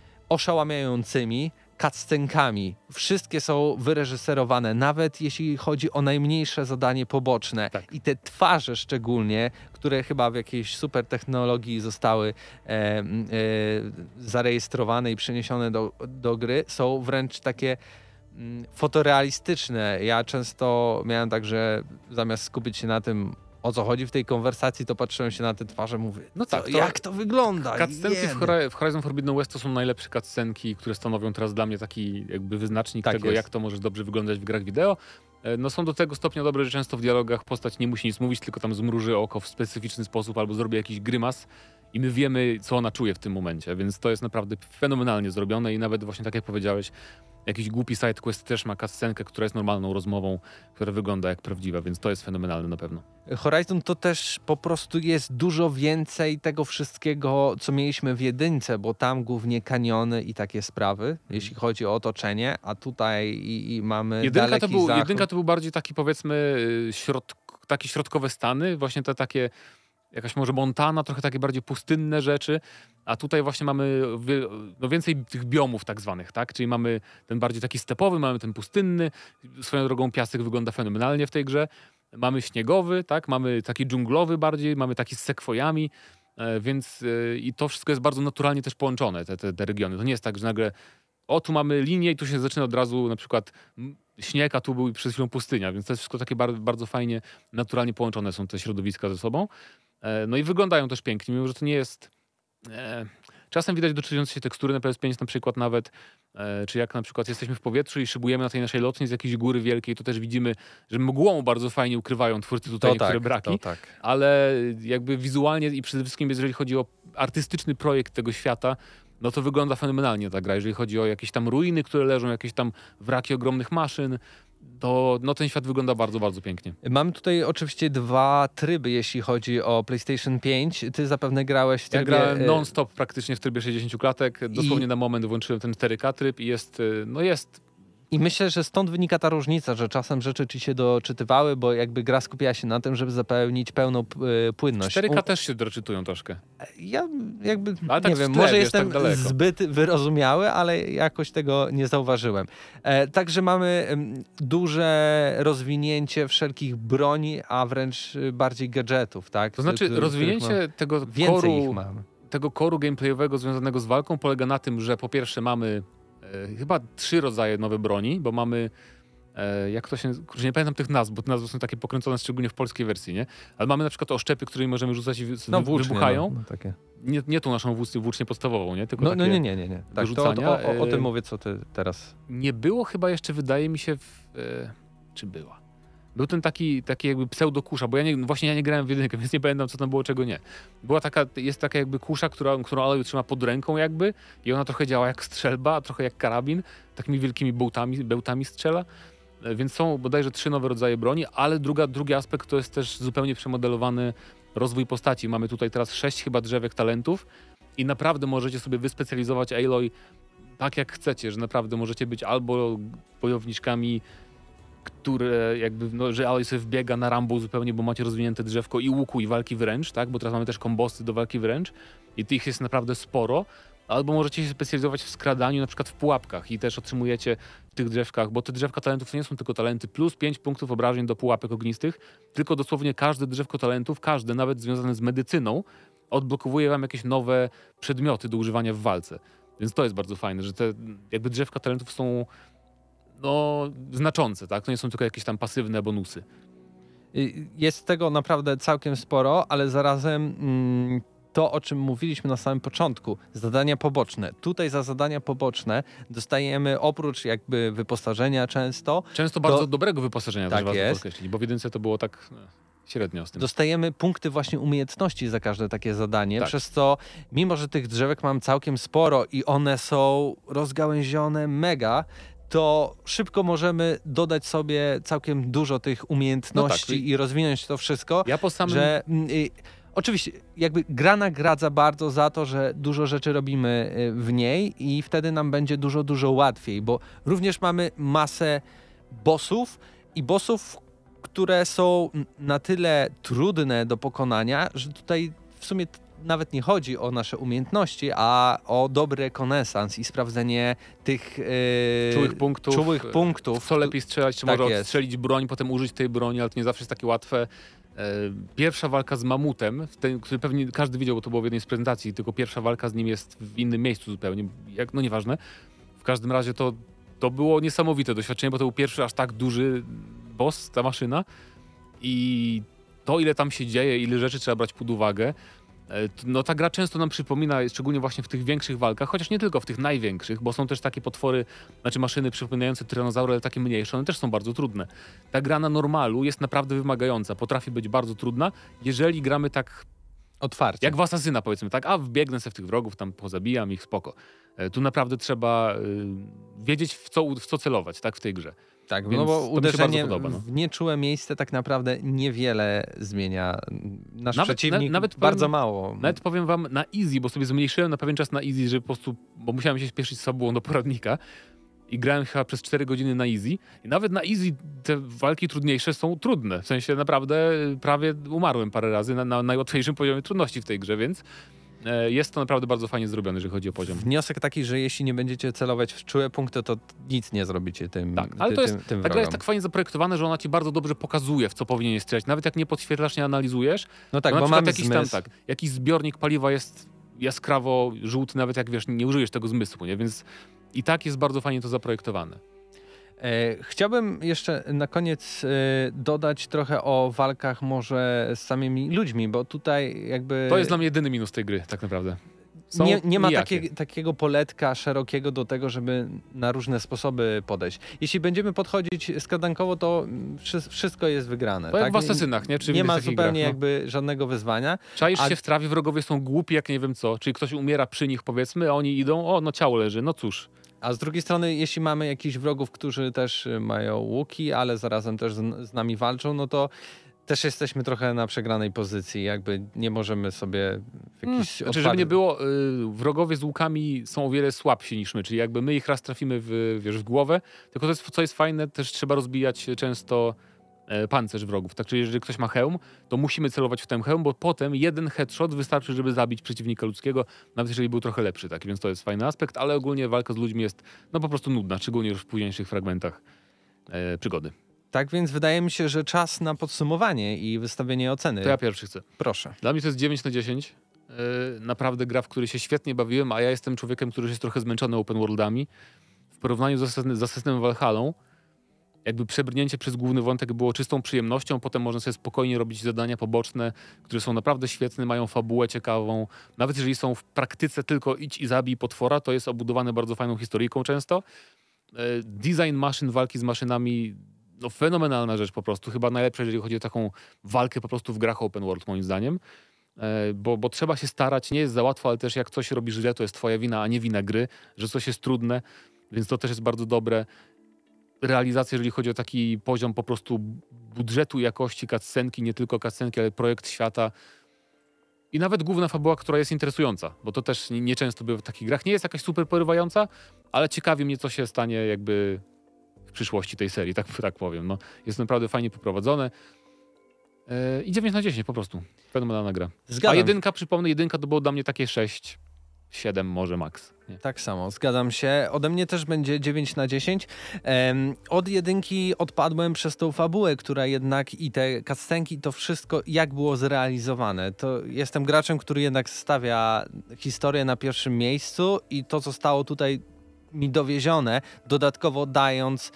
oszałamiającymi cutscenkami. Wszystkie są wyreżyserowane, nawet jeśli chodzi o najmniejsze zadanie poboczne. Tak. I te twarze szczególnie, które chyba w jakiejś super technologii zostały e, e, zarejestrowane i przeniesione do, do gry, są wręcz takie mm, fotorealistyczne. Ja często miałem tak, że zamiast skupić się na tym, o co chodzi w tej konwersacji, to patrzyłem się na te twarze, mówię, No co, tak, to- jak to wygląda? Cutscenki w, Jeny. Hora- w Horizon Forbidden West to są najlepsze cutscenki, które stanowią teraz dla mnie taki jakby wyznacznik Tak tego, jest. jak to może dobrze wyglądać w grach wideo. E, No są do tego stopnia dobre, że często w dialogach postać nie musi nic mówić, tylko tam zmruży oko w specyficzny sposób albo zrobi jakiś grymas i my wiemy, co ona czuje w tym momencie, więc to jest naprawdę fenomenalnie zrobione i nawet właśnie tak jak powiedziałeś, jakiś głupi sidequest też ma cutscenkę, która jest normalną rozmową, która wygląda jak prawdziwa, więc to jest fenomenalne na pewno. Horizon to też po prostu jest dużo więcej tego wszystkiego, co mieliśmy w jedynce, bo tam głównie kaniony i takie sprawy, mm. jeśli chodzi o otoczenie, a tutaj i, i mamy jedynka daleki to był, zachód. Jedynka to był bardziej taki, powiedzmy, środ, takie środkowe Stany, właśnie te takie jakaś może Montana, trochę takie bardziej pustynne rzeczy, a tutaj właśnie mamy no więcej tych biomów tak zwanych, tak? Czyli mamy ten bardziej taki stepowy, mamy ten pustynny, swoją drogą piasek wygląda fenomenalnie w tej grze, mamy śniegowy, tak? Mamy taki dżunglowy bardziej, mamy taki z sekwojami, e, więc e, i to wszystko jest bardzo naturalnie też połączone, te, te, te regiony. To nie jest tak, że nagle o, tu mamy linię i tu się zaczyna od razu na przykład śnieg, a tu był przed chwilą pustynia, więc to jest wszystko takie bardzo, bardzo fajnie, naturalnie połączone są te środowiska ze sobą. No i wyglądają też pięknie, mimo że to nie jest... E, czasem widać doczytujące się tekstury na P S pięć na przykład nawet, e, czy jak na przykład jesteśmy w powietrzu i szybujemy na tej naszej lotni z jakiejś góry wielkiej, to też widzimy, że mgłą bardzo fajnie ukrywają twórcy tutaj to niektóre tak, braki, to tak. ale jakby wizualnie i przede wszystkim jeżeli chodzi o artystyczny projekt tego świata, no to wygląda fenomenalnie ta gra. Jeżeli chodzi o jakieś tam ruiny, które leżą, jakieś tam wraki ogromnych maszyn, to no, ten świat wygląda bardzo, bardzo pięknie. Mamy tutaj oczywiście dwa tryby, jeśli chodzi o PlayStation pięć. Ty zapewne grałeś w trybie... Ja grałem non-stop praktycznie w trybie sześćdziesiąt klatek. Dosłownie I... na moment włączyłem ten cztery K tryb i jest, no jest... I myślę, że stąd wynika ta różnica, że czasem rzeczy ci się doczytywały, bo jakby gra skupiała się na tym, żeby zapełnić pełną y, płynność. cztery K U... też się doczytują troszkę. Ja jakby, ale tak nie wiem, tle, może wiesz, jestem tak zbyt wyrozumiały, ale jakoś tego nie zauważyłem. E, także mamy m, duże rozwinięcie wszelkich broni, a wręcz bardziej gadżetów, tak? To znaczy Ty, ty, rozwinięcie tego więcej koru, ich mamy. tego koru gameplayowego związanego z walką polega na tym, że po pierwsze mamy e, chyba trzy rodzaje nowe broni, bo mamy e, jak to się... Kurczę, nie pamiętam tych nazw, bo te nazwy są takie pokręcone szczególnie w polskiej wersji, nie? Ale mamy na przykład oszczepy, którymi możemy rzucać i No, wy, włócznie, wybuchają. No, no, takie. Nie, nie tą naszą włócznię, włócznię podstawową, nie? Tylko No, takie no nie, nie, nie. nie. Tak, to, wyrzucania. o, o, o tym E, mówię, co ty teraz... Nie było chyba jeszcze, wydaje mi się, w, e, czy była? Był ten taki, taki jakby pseudokusza, bo ja nie, właśnie ja nie grałem w jedynkę, więc nie pamiętam, co tam było, czego nie. Była taka, jest taka jakby kusza, która, którą Aloy trzyma pod ręką jakby i ona trochę działa jak strzelba, a trochę jak karabin, takimi wielkimi bełtami, bełtami strzela. E, więc są bodajże trzy nowe rodzaje broni, ale druga, drugi aspekt to jest też zupełnie przemodelowany rozwój postaci. Mamy tutaj teraz sześć chyba drzewek talentów i naprawdę możecie sobie wyspecjalizować Aloy tak jak chcecie, że naprawdę możecie być albo bojowniczkami, które jakby, no, że Aloy sobie wbiega na Rambo zupełnie, bo macie rozwinięte drzewko i łuku i walki wręcz, tak? Bo teraz mamy też kombosy do walki wręcz i tych jest naprawdę sporo. Albo możecie się specjalizować w skradaniu, na przykład w pułapkach i też otrzymujecie w tych drzewkach, bo te drzewka talentów to nie są tylko talenty plus pięć punktów obrażeń do pułapek ognistych, tylko dosłownie każde drzewko talentów, każde, nawet związane z medycyną, odblokowuje wam jakieś nowe przedmioty do używania w walce. Więc to jest bardzo fajne, że te jakby drzewka talentów są no, znaczące, tak? To nie są tylko jakieś tam pasywne bonusy. Jest tego naprawdę całkiem sporo, ale zarazem mm, to, o czym mówiliśmy na samym początku, zadania poboczne. Tutaj za zadania poboczne dostajemy oprócz jakby wyposażenia często. Często to, bardzo dobrego wyposażenia, tak też warto jest. podkreślić, bo w jedynce to było tak no, średnio z tym. Dostajemy punkty właśnie umiejętności za każde takie zadanie, Tak. przez co mimo, że tych drzewek mam całkiem sporo i one są rozgałęzione mega, to szybko możemy dodać sobie całkiem dużo tych umiejętności No tak, i rozwinąć to wszystko, Ja po samym... że y, oczywiście jakby gra nagradza bardzo za to, że dużo rzeczy robimy y, w niej i wtedy nam będzie dużo, dużo łatwiej, bo również mamy masę bossów i bossów, które są na tyle trudne do pokonania, że tutaj w sumie nawet nie chodzi o nasze umiejętności, a o dobry rekonesans i sprawdzenie tych yy, czułych punktów, czułych punktów. co lepiej strzelać, czy Tak może jest. odstrzelić broń, potem użyć tej broni, ale to nie zawsze jest takie łatwe. E, Pierwsza walka z mamutem, w ten, który pewnie każdy widział, bo to było w jednej z prezentacji, tylko pierwsza walka z nim jest w innym miejscu zupełnie, jak, no nieważne. W każdym razie to, to było niesamowite doświadczenie, bo to był pierwszy aż tak duży boss, ta maszyna i to, ile tam się dzieje, ile rzeczy trzeba brać pod uwagę, no ta gra często nam przypomina, szczególnie właśnie w tych większych walkach, chociaż nie tylko w tych największych, bo są też takie potwory, znaczy maszyny przypominające tyranozaury, ale takie mniejsze, one też są bardzo trudne. Ta gra na normalu jest naprawdę wymagająca, potrafi być bardzo trudna, jeżeli gramy tak Otwarcie. Jak w Asasyna powiedzmy, tak? A wbiegnę sobie w tych wrogów, tam pozabijam ich, spoko. E, tu naprawdę trzeba y, wiedzieć, w co, w co celować, tak? W tej grze. Tak, Więc no bo to mi się uderzenie bardzo podoba, no. w nieczułe miejsce tak naprawdę niewiele zmienia. Nasz Nawet- przeciwnik na- nawet bardzo powiem- mało. Nawet powiem wam na easy, bo sobie zmniejszyłem na pewien czas na easy, żeby po prostu, bo musiałem się spieszyć z fabułą do poradnika i grałem chyba przez cztery godziny na easy i nawet na easy te walki trudniejsze są trudne. W sensie naprawdę prawie umarłem parę razy na, na najłatwiejszym poziomie trudności w tej grze, więc e, jest to naprawdę bardzo fajnie zrobione, jeżeli chodzi o poziom. Wniosek taki, że jeśli nie będziecie celować w czułe punkty, to nic nie zrobicie tym Tak, ale ty, to jest, tym, tym ta gra wrogom. jest tak fajnie zaprojektowana, że ona ci bardzo dobrze pokazuje, w co powinieneś strzelać. Nawet jak nie podświetlasz, nie analizujesz, No tak, to na bo przykład mamy jakiś tam, zmysł. tak, jakiś zbiornik paliwa jest jaskrawo żółty, nawet jak wiesz, nie użyjesz tego zmysłu, nie? Więc i tak jest bardzo fajnie to zaprojektowane. E, chciałbym jeszcze na koniec e, dodać trochę o walkach może z samymi ludźmi, bo tutaj jakby... To jest dla mnie jedyny minus tej gry, tak naprawdę. Są Nie, nie ma nijakie. takie, takiego poletka szerokiego do tego, żeby na różne sposoby podejść. Jeśli będziemy podchodzić skradankowo, to wszy- wszystko jest wygrane. To tak? jak w Asasynach, nie? Czy w Nie innych ma takich zupełnie grach, no. jakby żadnego wyzwania. Czaisz a- się w trawie, wrogowie są głupi jak nie wiem co. Czyli ktoś umiera przy nich powiedzmy, a oni idą, o no ciało leży, no cóż. A z drugiej strony, jeśli mamy jakichś wrogów, którzy też y, mają łuki, ale zarazem też z, z nami walczą, no to też jesteśmy trochę na przegranej pozycji. Jakby nie możemy sobie w jakiś Znaczy, otwarty- żeby nie było, y, wrogowie z łukami są o wiele słabsi niż my, czyli jakby my ich raz trafimy w, wiesz, w głowę, tylko to jest, co jest fajne, też trzeba rozbijać często e, pancerz wrogów. Tak, czyli jeżeli ktoś ma hełm, to musimy celować w ten hełm, bo potem jeden headshot wystarczy, żeby zabić przeciwnika ludzkiego, nawet jeżeli był trochę lepszy, tak, więc to jest fajny aspekt, ale ogólnie walka z ludźmi jest no po prostu nudna, szczególnie już w późniejszych fragmentach e, przygody. Tak więc wydaje mi się, że czas na podsumowanie i wystawienie oceny. To ja pierwszy chcę. Proszę. Dla mnie to jest dziewięć na dziesięć. Yy, naprawdę gra, w której się świetnie bawiłem, a ja jestem człowiekiem, który już jest trochę zmęczony open worldami. W porównaniu z, Assassin- z Assassinem Valhallą, jakby przebrnięcie przez główny wątek było czystą przyjemnością, potem można sobie spokojnie robić zadania poboczne, które są naprawdę świetne, mają fabułę ciekawą. Nawet jeżeli są w praktyce tylko idź i zabij potwora, to jest obudowane bardzo fajną historyjką często. Yy, design maszyn, walki z maszynami, no fenomenalna rzecz po prostu. Chyba najlepsza, jeżeli chodzi o taką walkę po prostu w grach open world, moim zdaniem. E, Bo, bo trzeba się starać, nie jest za łatwo, ale też jak coś robisz źle, to jest twoja wina, a nie wina gry, że coś jest trudne, więc to też jest bardzo dobre. Realizacja, jeżeli chodzi o taki poziom po prostu budżetu i jakości cutscenki, nie tylko cutscenki, ale projekt świata i nawet główna fabuła, która jest interesująca, bo to też nie- nieczęsto bywa w takich grach. Nie jest jakaś super porywająca, ale ciekawi mnie, co się stanie jakby w przyszłości tej serii, tak, tak powiem. No, jest naprawdę fajnie poprowadzone. Yy, I dziewięć na dziesięć po prostu. Fenomenalna gra. Zgadzam A jedynka, przypomnę, jedynka to było dla mnie takie sześć, siedem może max. Nie? Tak samo, zgadzam się. Ode mnie też będzie dziewięć na dziesięć. Em, od jedynki odpadłem przez tą fabułę, która jednak i te cutscenki, to wszystko jak było zrealizowane. To jestem graczem, który jednak stawia historię na pierwszym miejscu i to, co stało tutaj mi dowiezione, dodatkowo dając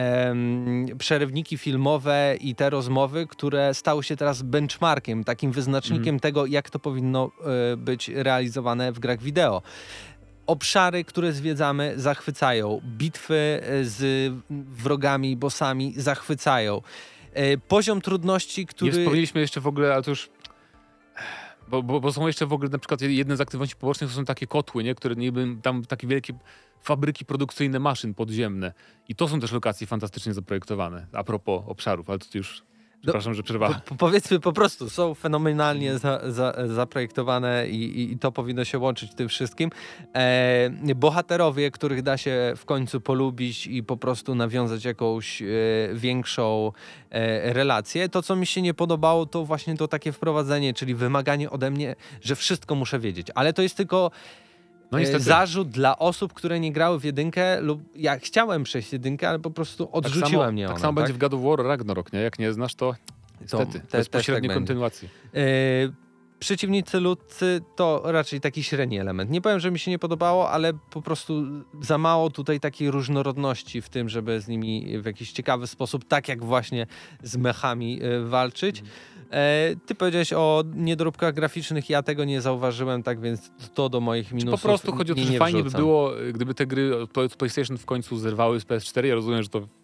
em, przerywniki filmowe i te rozmowy, które stały się teraz benchmarkiem, takim wyznacznikiem tego, jak to powinno e, być realizowane w grach wideo. Obszary, które zwiedzamy, zachwycają. Bitwy e, z wrogami, bossami zachwycają. E, Poziom trudności, Nie który... wspomnieliśmy jeszcze w ogóle, ale to już... Bo, bo, bo są jeszcze w ogóle na przykład jedne z aktywności pobocznych to są takie kotły, nie? Które niby tam takie wielkie fabryki produkcyjne maszyn podziemne. I to są też lokacje fantastycznie zaprojektowane. A propos obszarów, ale to już... Przepraszam, że przerwałem. Po, powiedzmy po prostu, są fenomenalnie za, za, zaprojektowane i, i, i to powinno się łączyć tym wszystkim. E, bohaterowie, których da się w końcu polubić i po prostu nawiązać jakąś e, większą e, relację. To, co mi się nie podobało, to właśnie to takie wprowadzenie, czyli wymaganie ode mnie, że wszystko muszę wiedzieć. Ale to jest tylko No e, niestety. zarzut dla osób, które nie grały w jedynkę lub ja chciałem przejść jedynkę, ale po prostu odrzuciła tak samo, mnie Tak ona. samo tak? będzie w God of War Ragnarok, nie? Jak nie znasz, to niestety. te- Bezpośrednie też tak kontynuacje. E, przeciwnicy ludzcy to raczej taki średni element. Nie powiem, że mi się nie podobało, ale po prostu za mało tutaj takiej różnorodności w tym, żeby z nimi w jakiś ciekawy sposób, tak jak właśnie z mechami e, walczyć. E, ty powiedziałeś o niedoróbkach graficznych, ja tego nie zauważyłem, tak więc to do moich Czy minusów po prostu chodzi o to, nie, że nie fajnie by wrzucam. było, gdyby te gry od PlayStation w końcu zerwały z P S cztery. Ja rozumiem, że to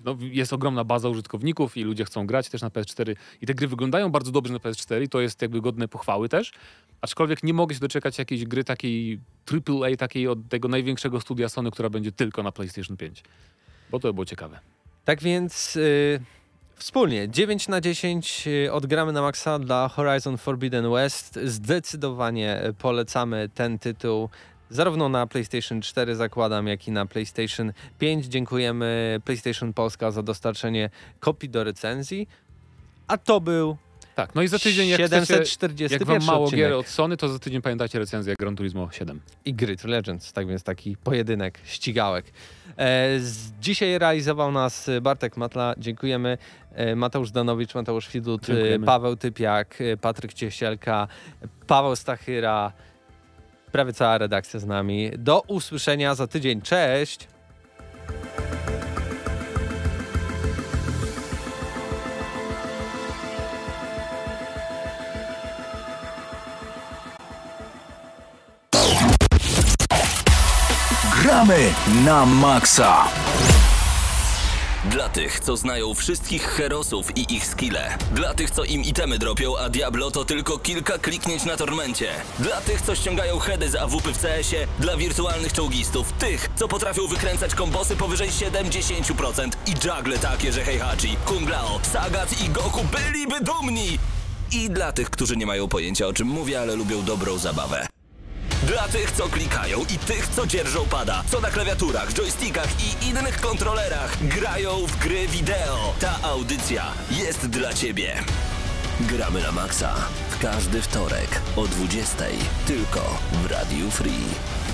no, jest ogromna baza użytkowników i ludzie chcą grać też na P S cztery i te gry wyglądają bardzo dobrze na P S cztery i to jest jakby godne pochwały też. Aczkolwiek nie mogę się doczekać jakiejś gry takiej triple A, takiej od tego największego studia Sony, która będzie tylko na PlayStation pięć. Bo to by było ciekawe. Tak więc y, wspólnie dziewięć na dziesięć y, odgramy na maksa dla Horizon Forbidden West. Zdecydowanie polecamy ten tytuł zarówno na PlayStation cztery zakładam, jak i na PlayStation pięć. Dziękujemy PlayStation Polska za dostarczenie kopii do recenzji. A to był Tak, no i za tydzień, jak, siedemset chcecie, czterdziesty jak wam pierwszy mało odcinek. gier od Sony, to za tydzień pamiętajcie recenzję Gran Turismo siedem. I Grid Legends, tak więc taki pojedynek, ścigałek. E, z, dzisiaj realizował nas Bartek Matla, dziękujemy. E, Mateusz Danowicz, Mateusz Widut, e, Paweł Typiak, e, Patryk Ciesielka, Paweł Stachyra, prawie cała redakcja z nami. Do usłyszenia za tydzień, cześć! Gramy na maksa. Dla tych, co znają wszystkich herosów i ich skille. Dla tych, co im itemy dropią, a Diablo to tylko kilka kliknięć na tormencie. Dla tych, co ściągają heady z A W P w C S-ie. Dla wirtualnych czołgistów. Tych, co potrafią wykręcać kombosy powyżej siedemdziesiąt procent. I juggle takie, że Heihachi, Kung Lao, Sagat i Goku byliby dumni. I dla tych, którzy nie mają pojęcia, o czym mówię, ale lubią dobrą zabawę. Dla tych, co klikają i tych, co dzierżą pada, co na klawiaturach, joystickach i innych kontrolerach grają w gry wideo. Ta audycja jest dla ciebie. Gramy na maksa w każdy wtorek o dwudziestej tylko w Radiu Free.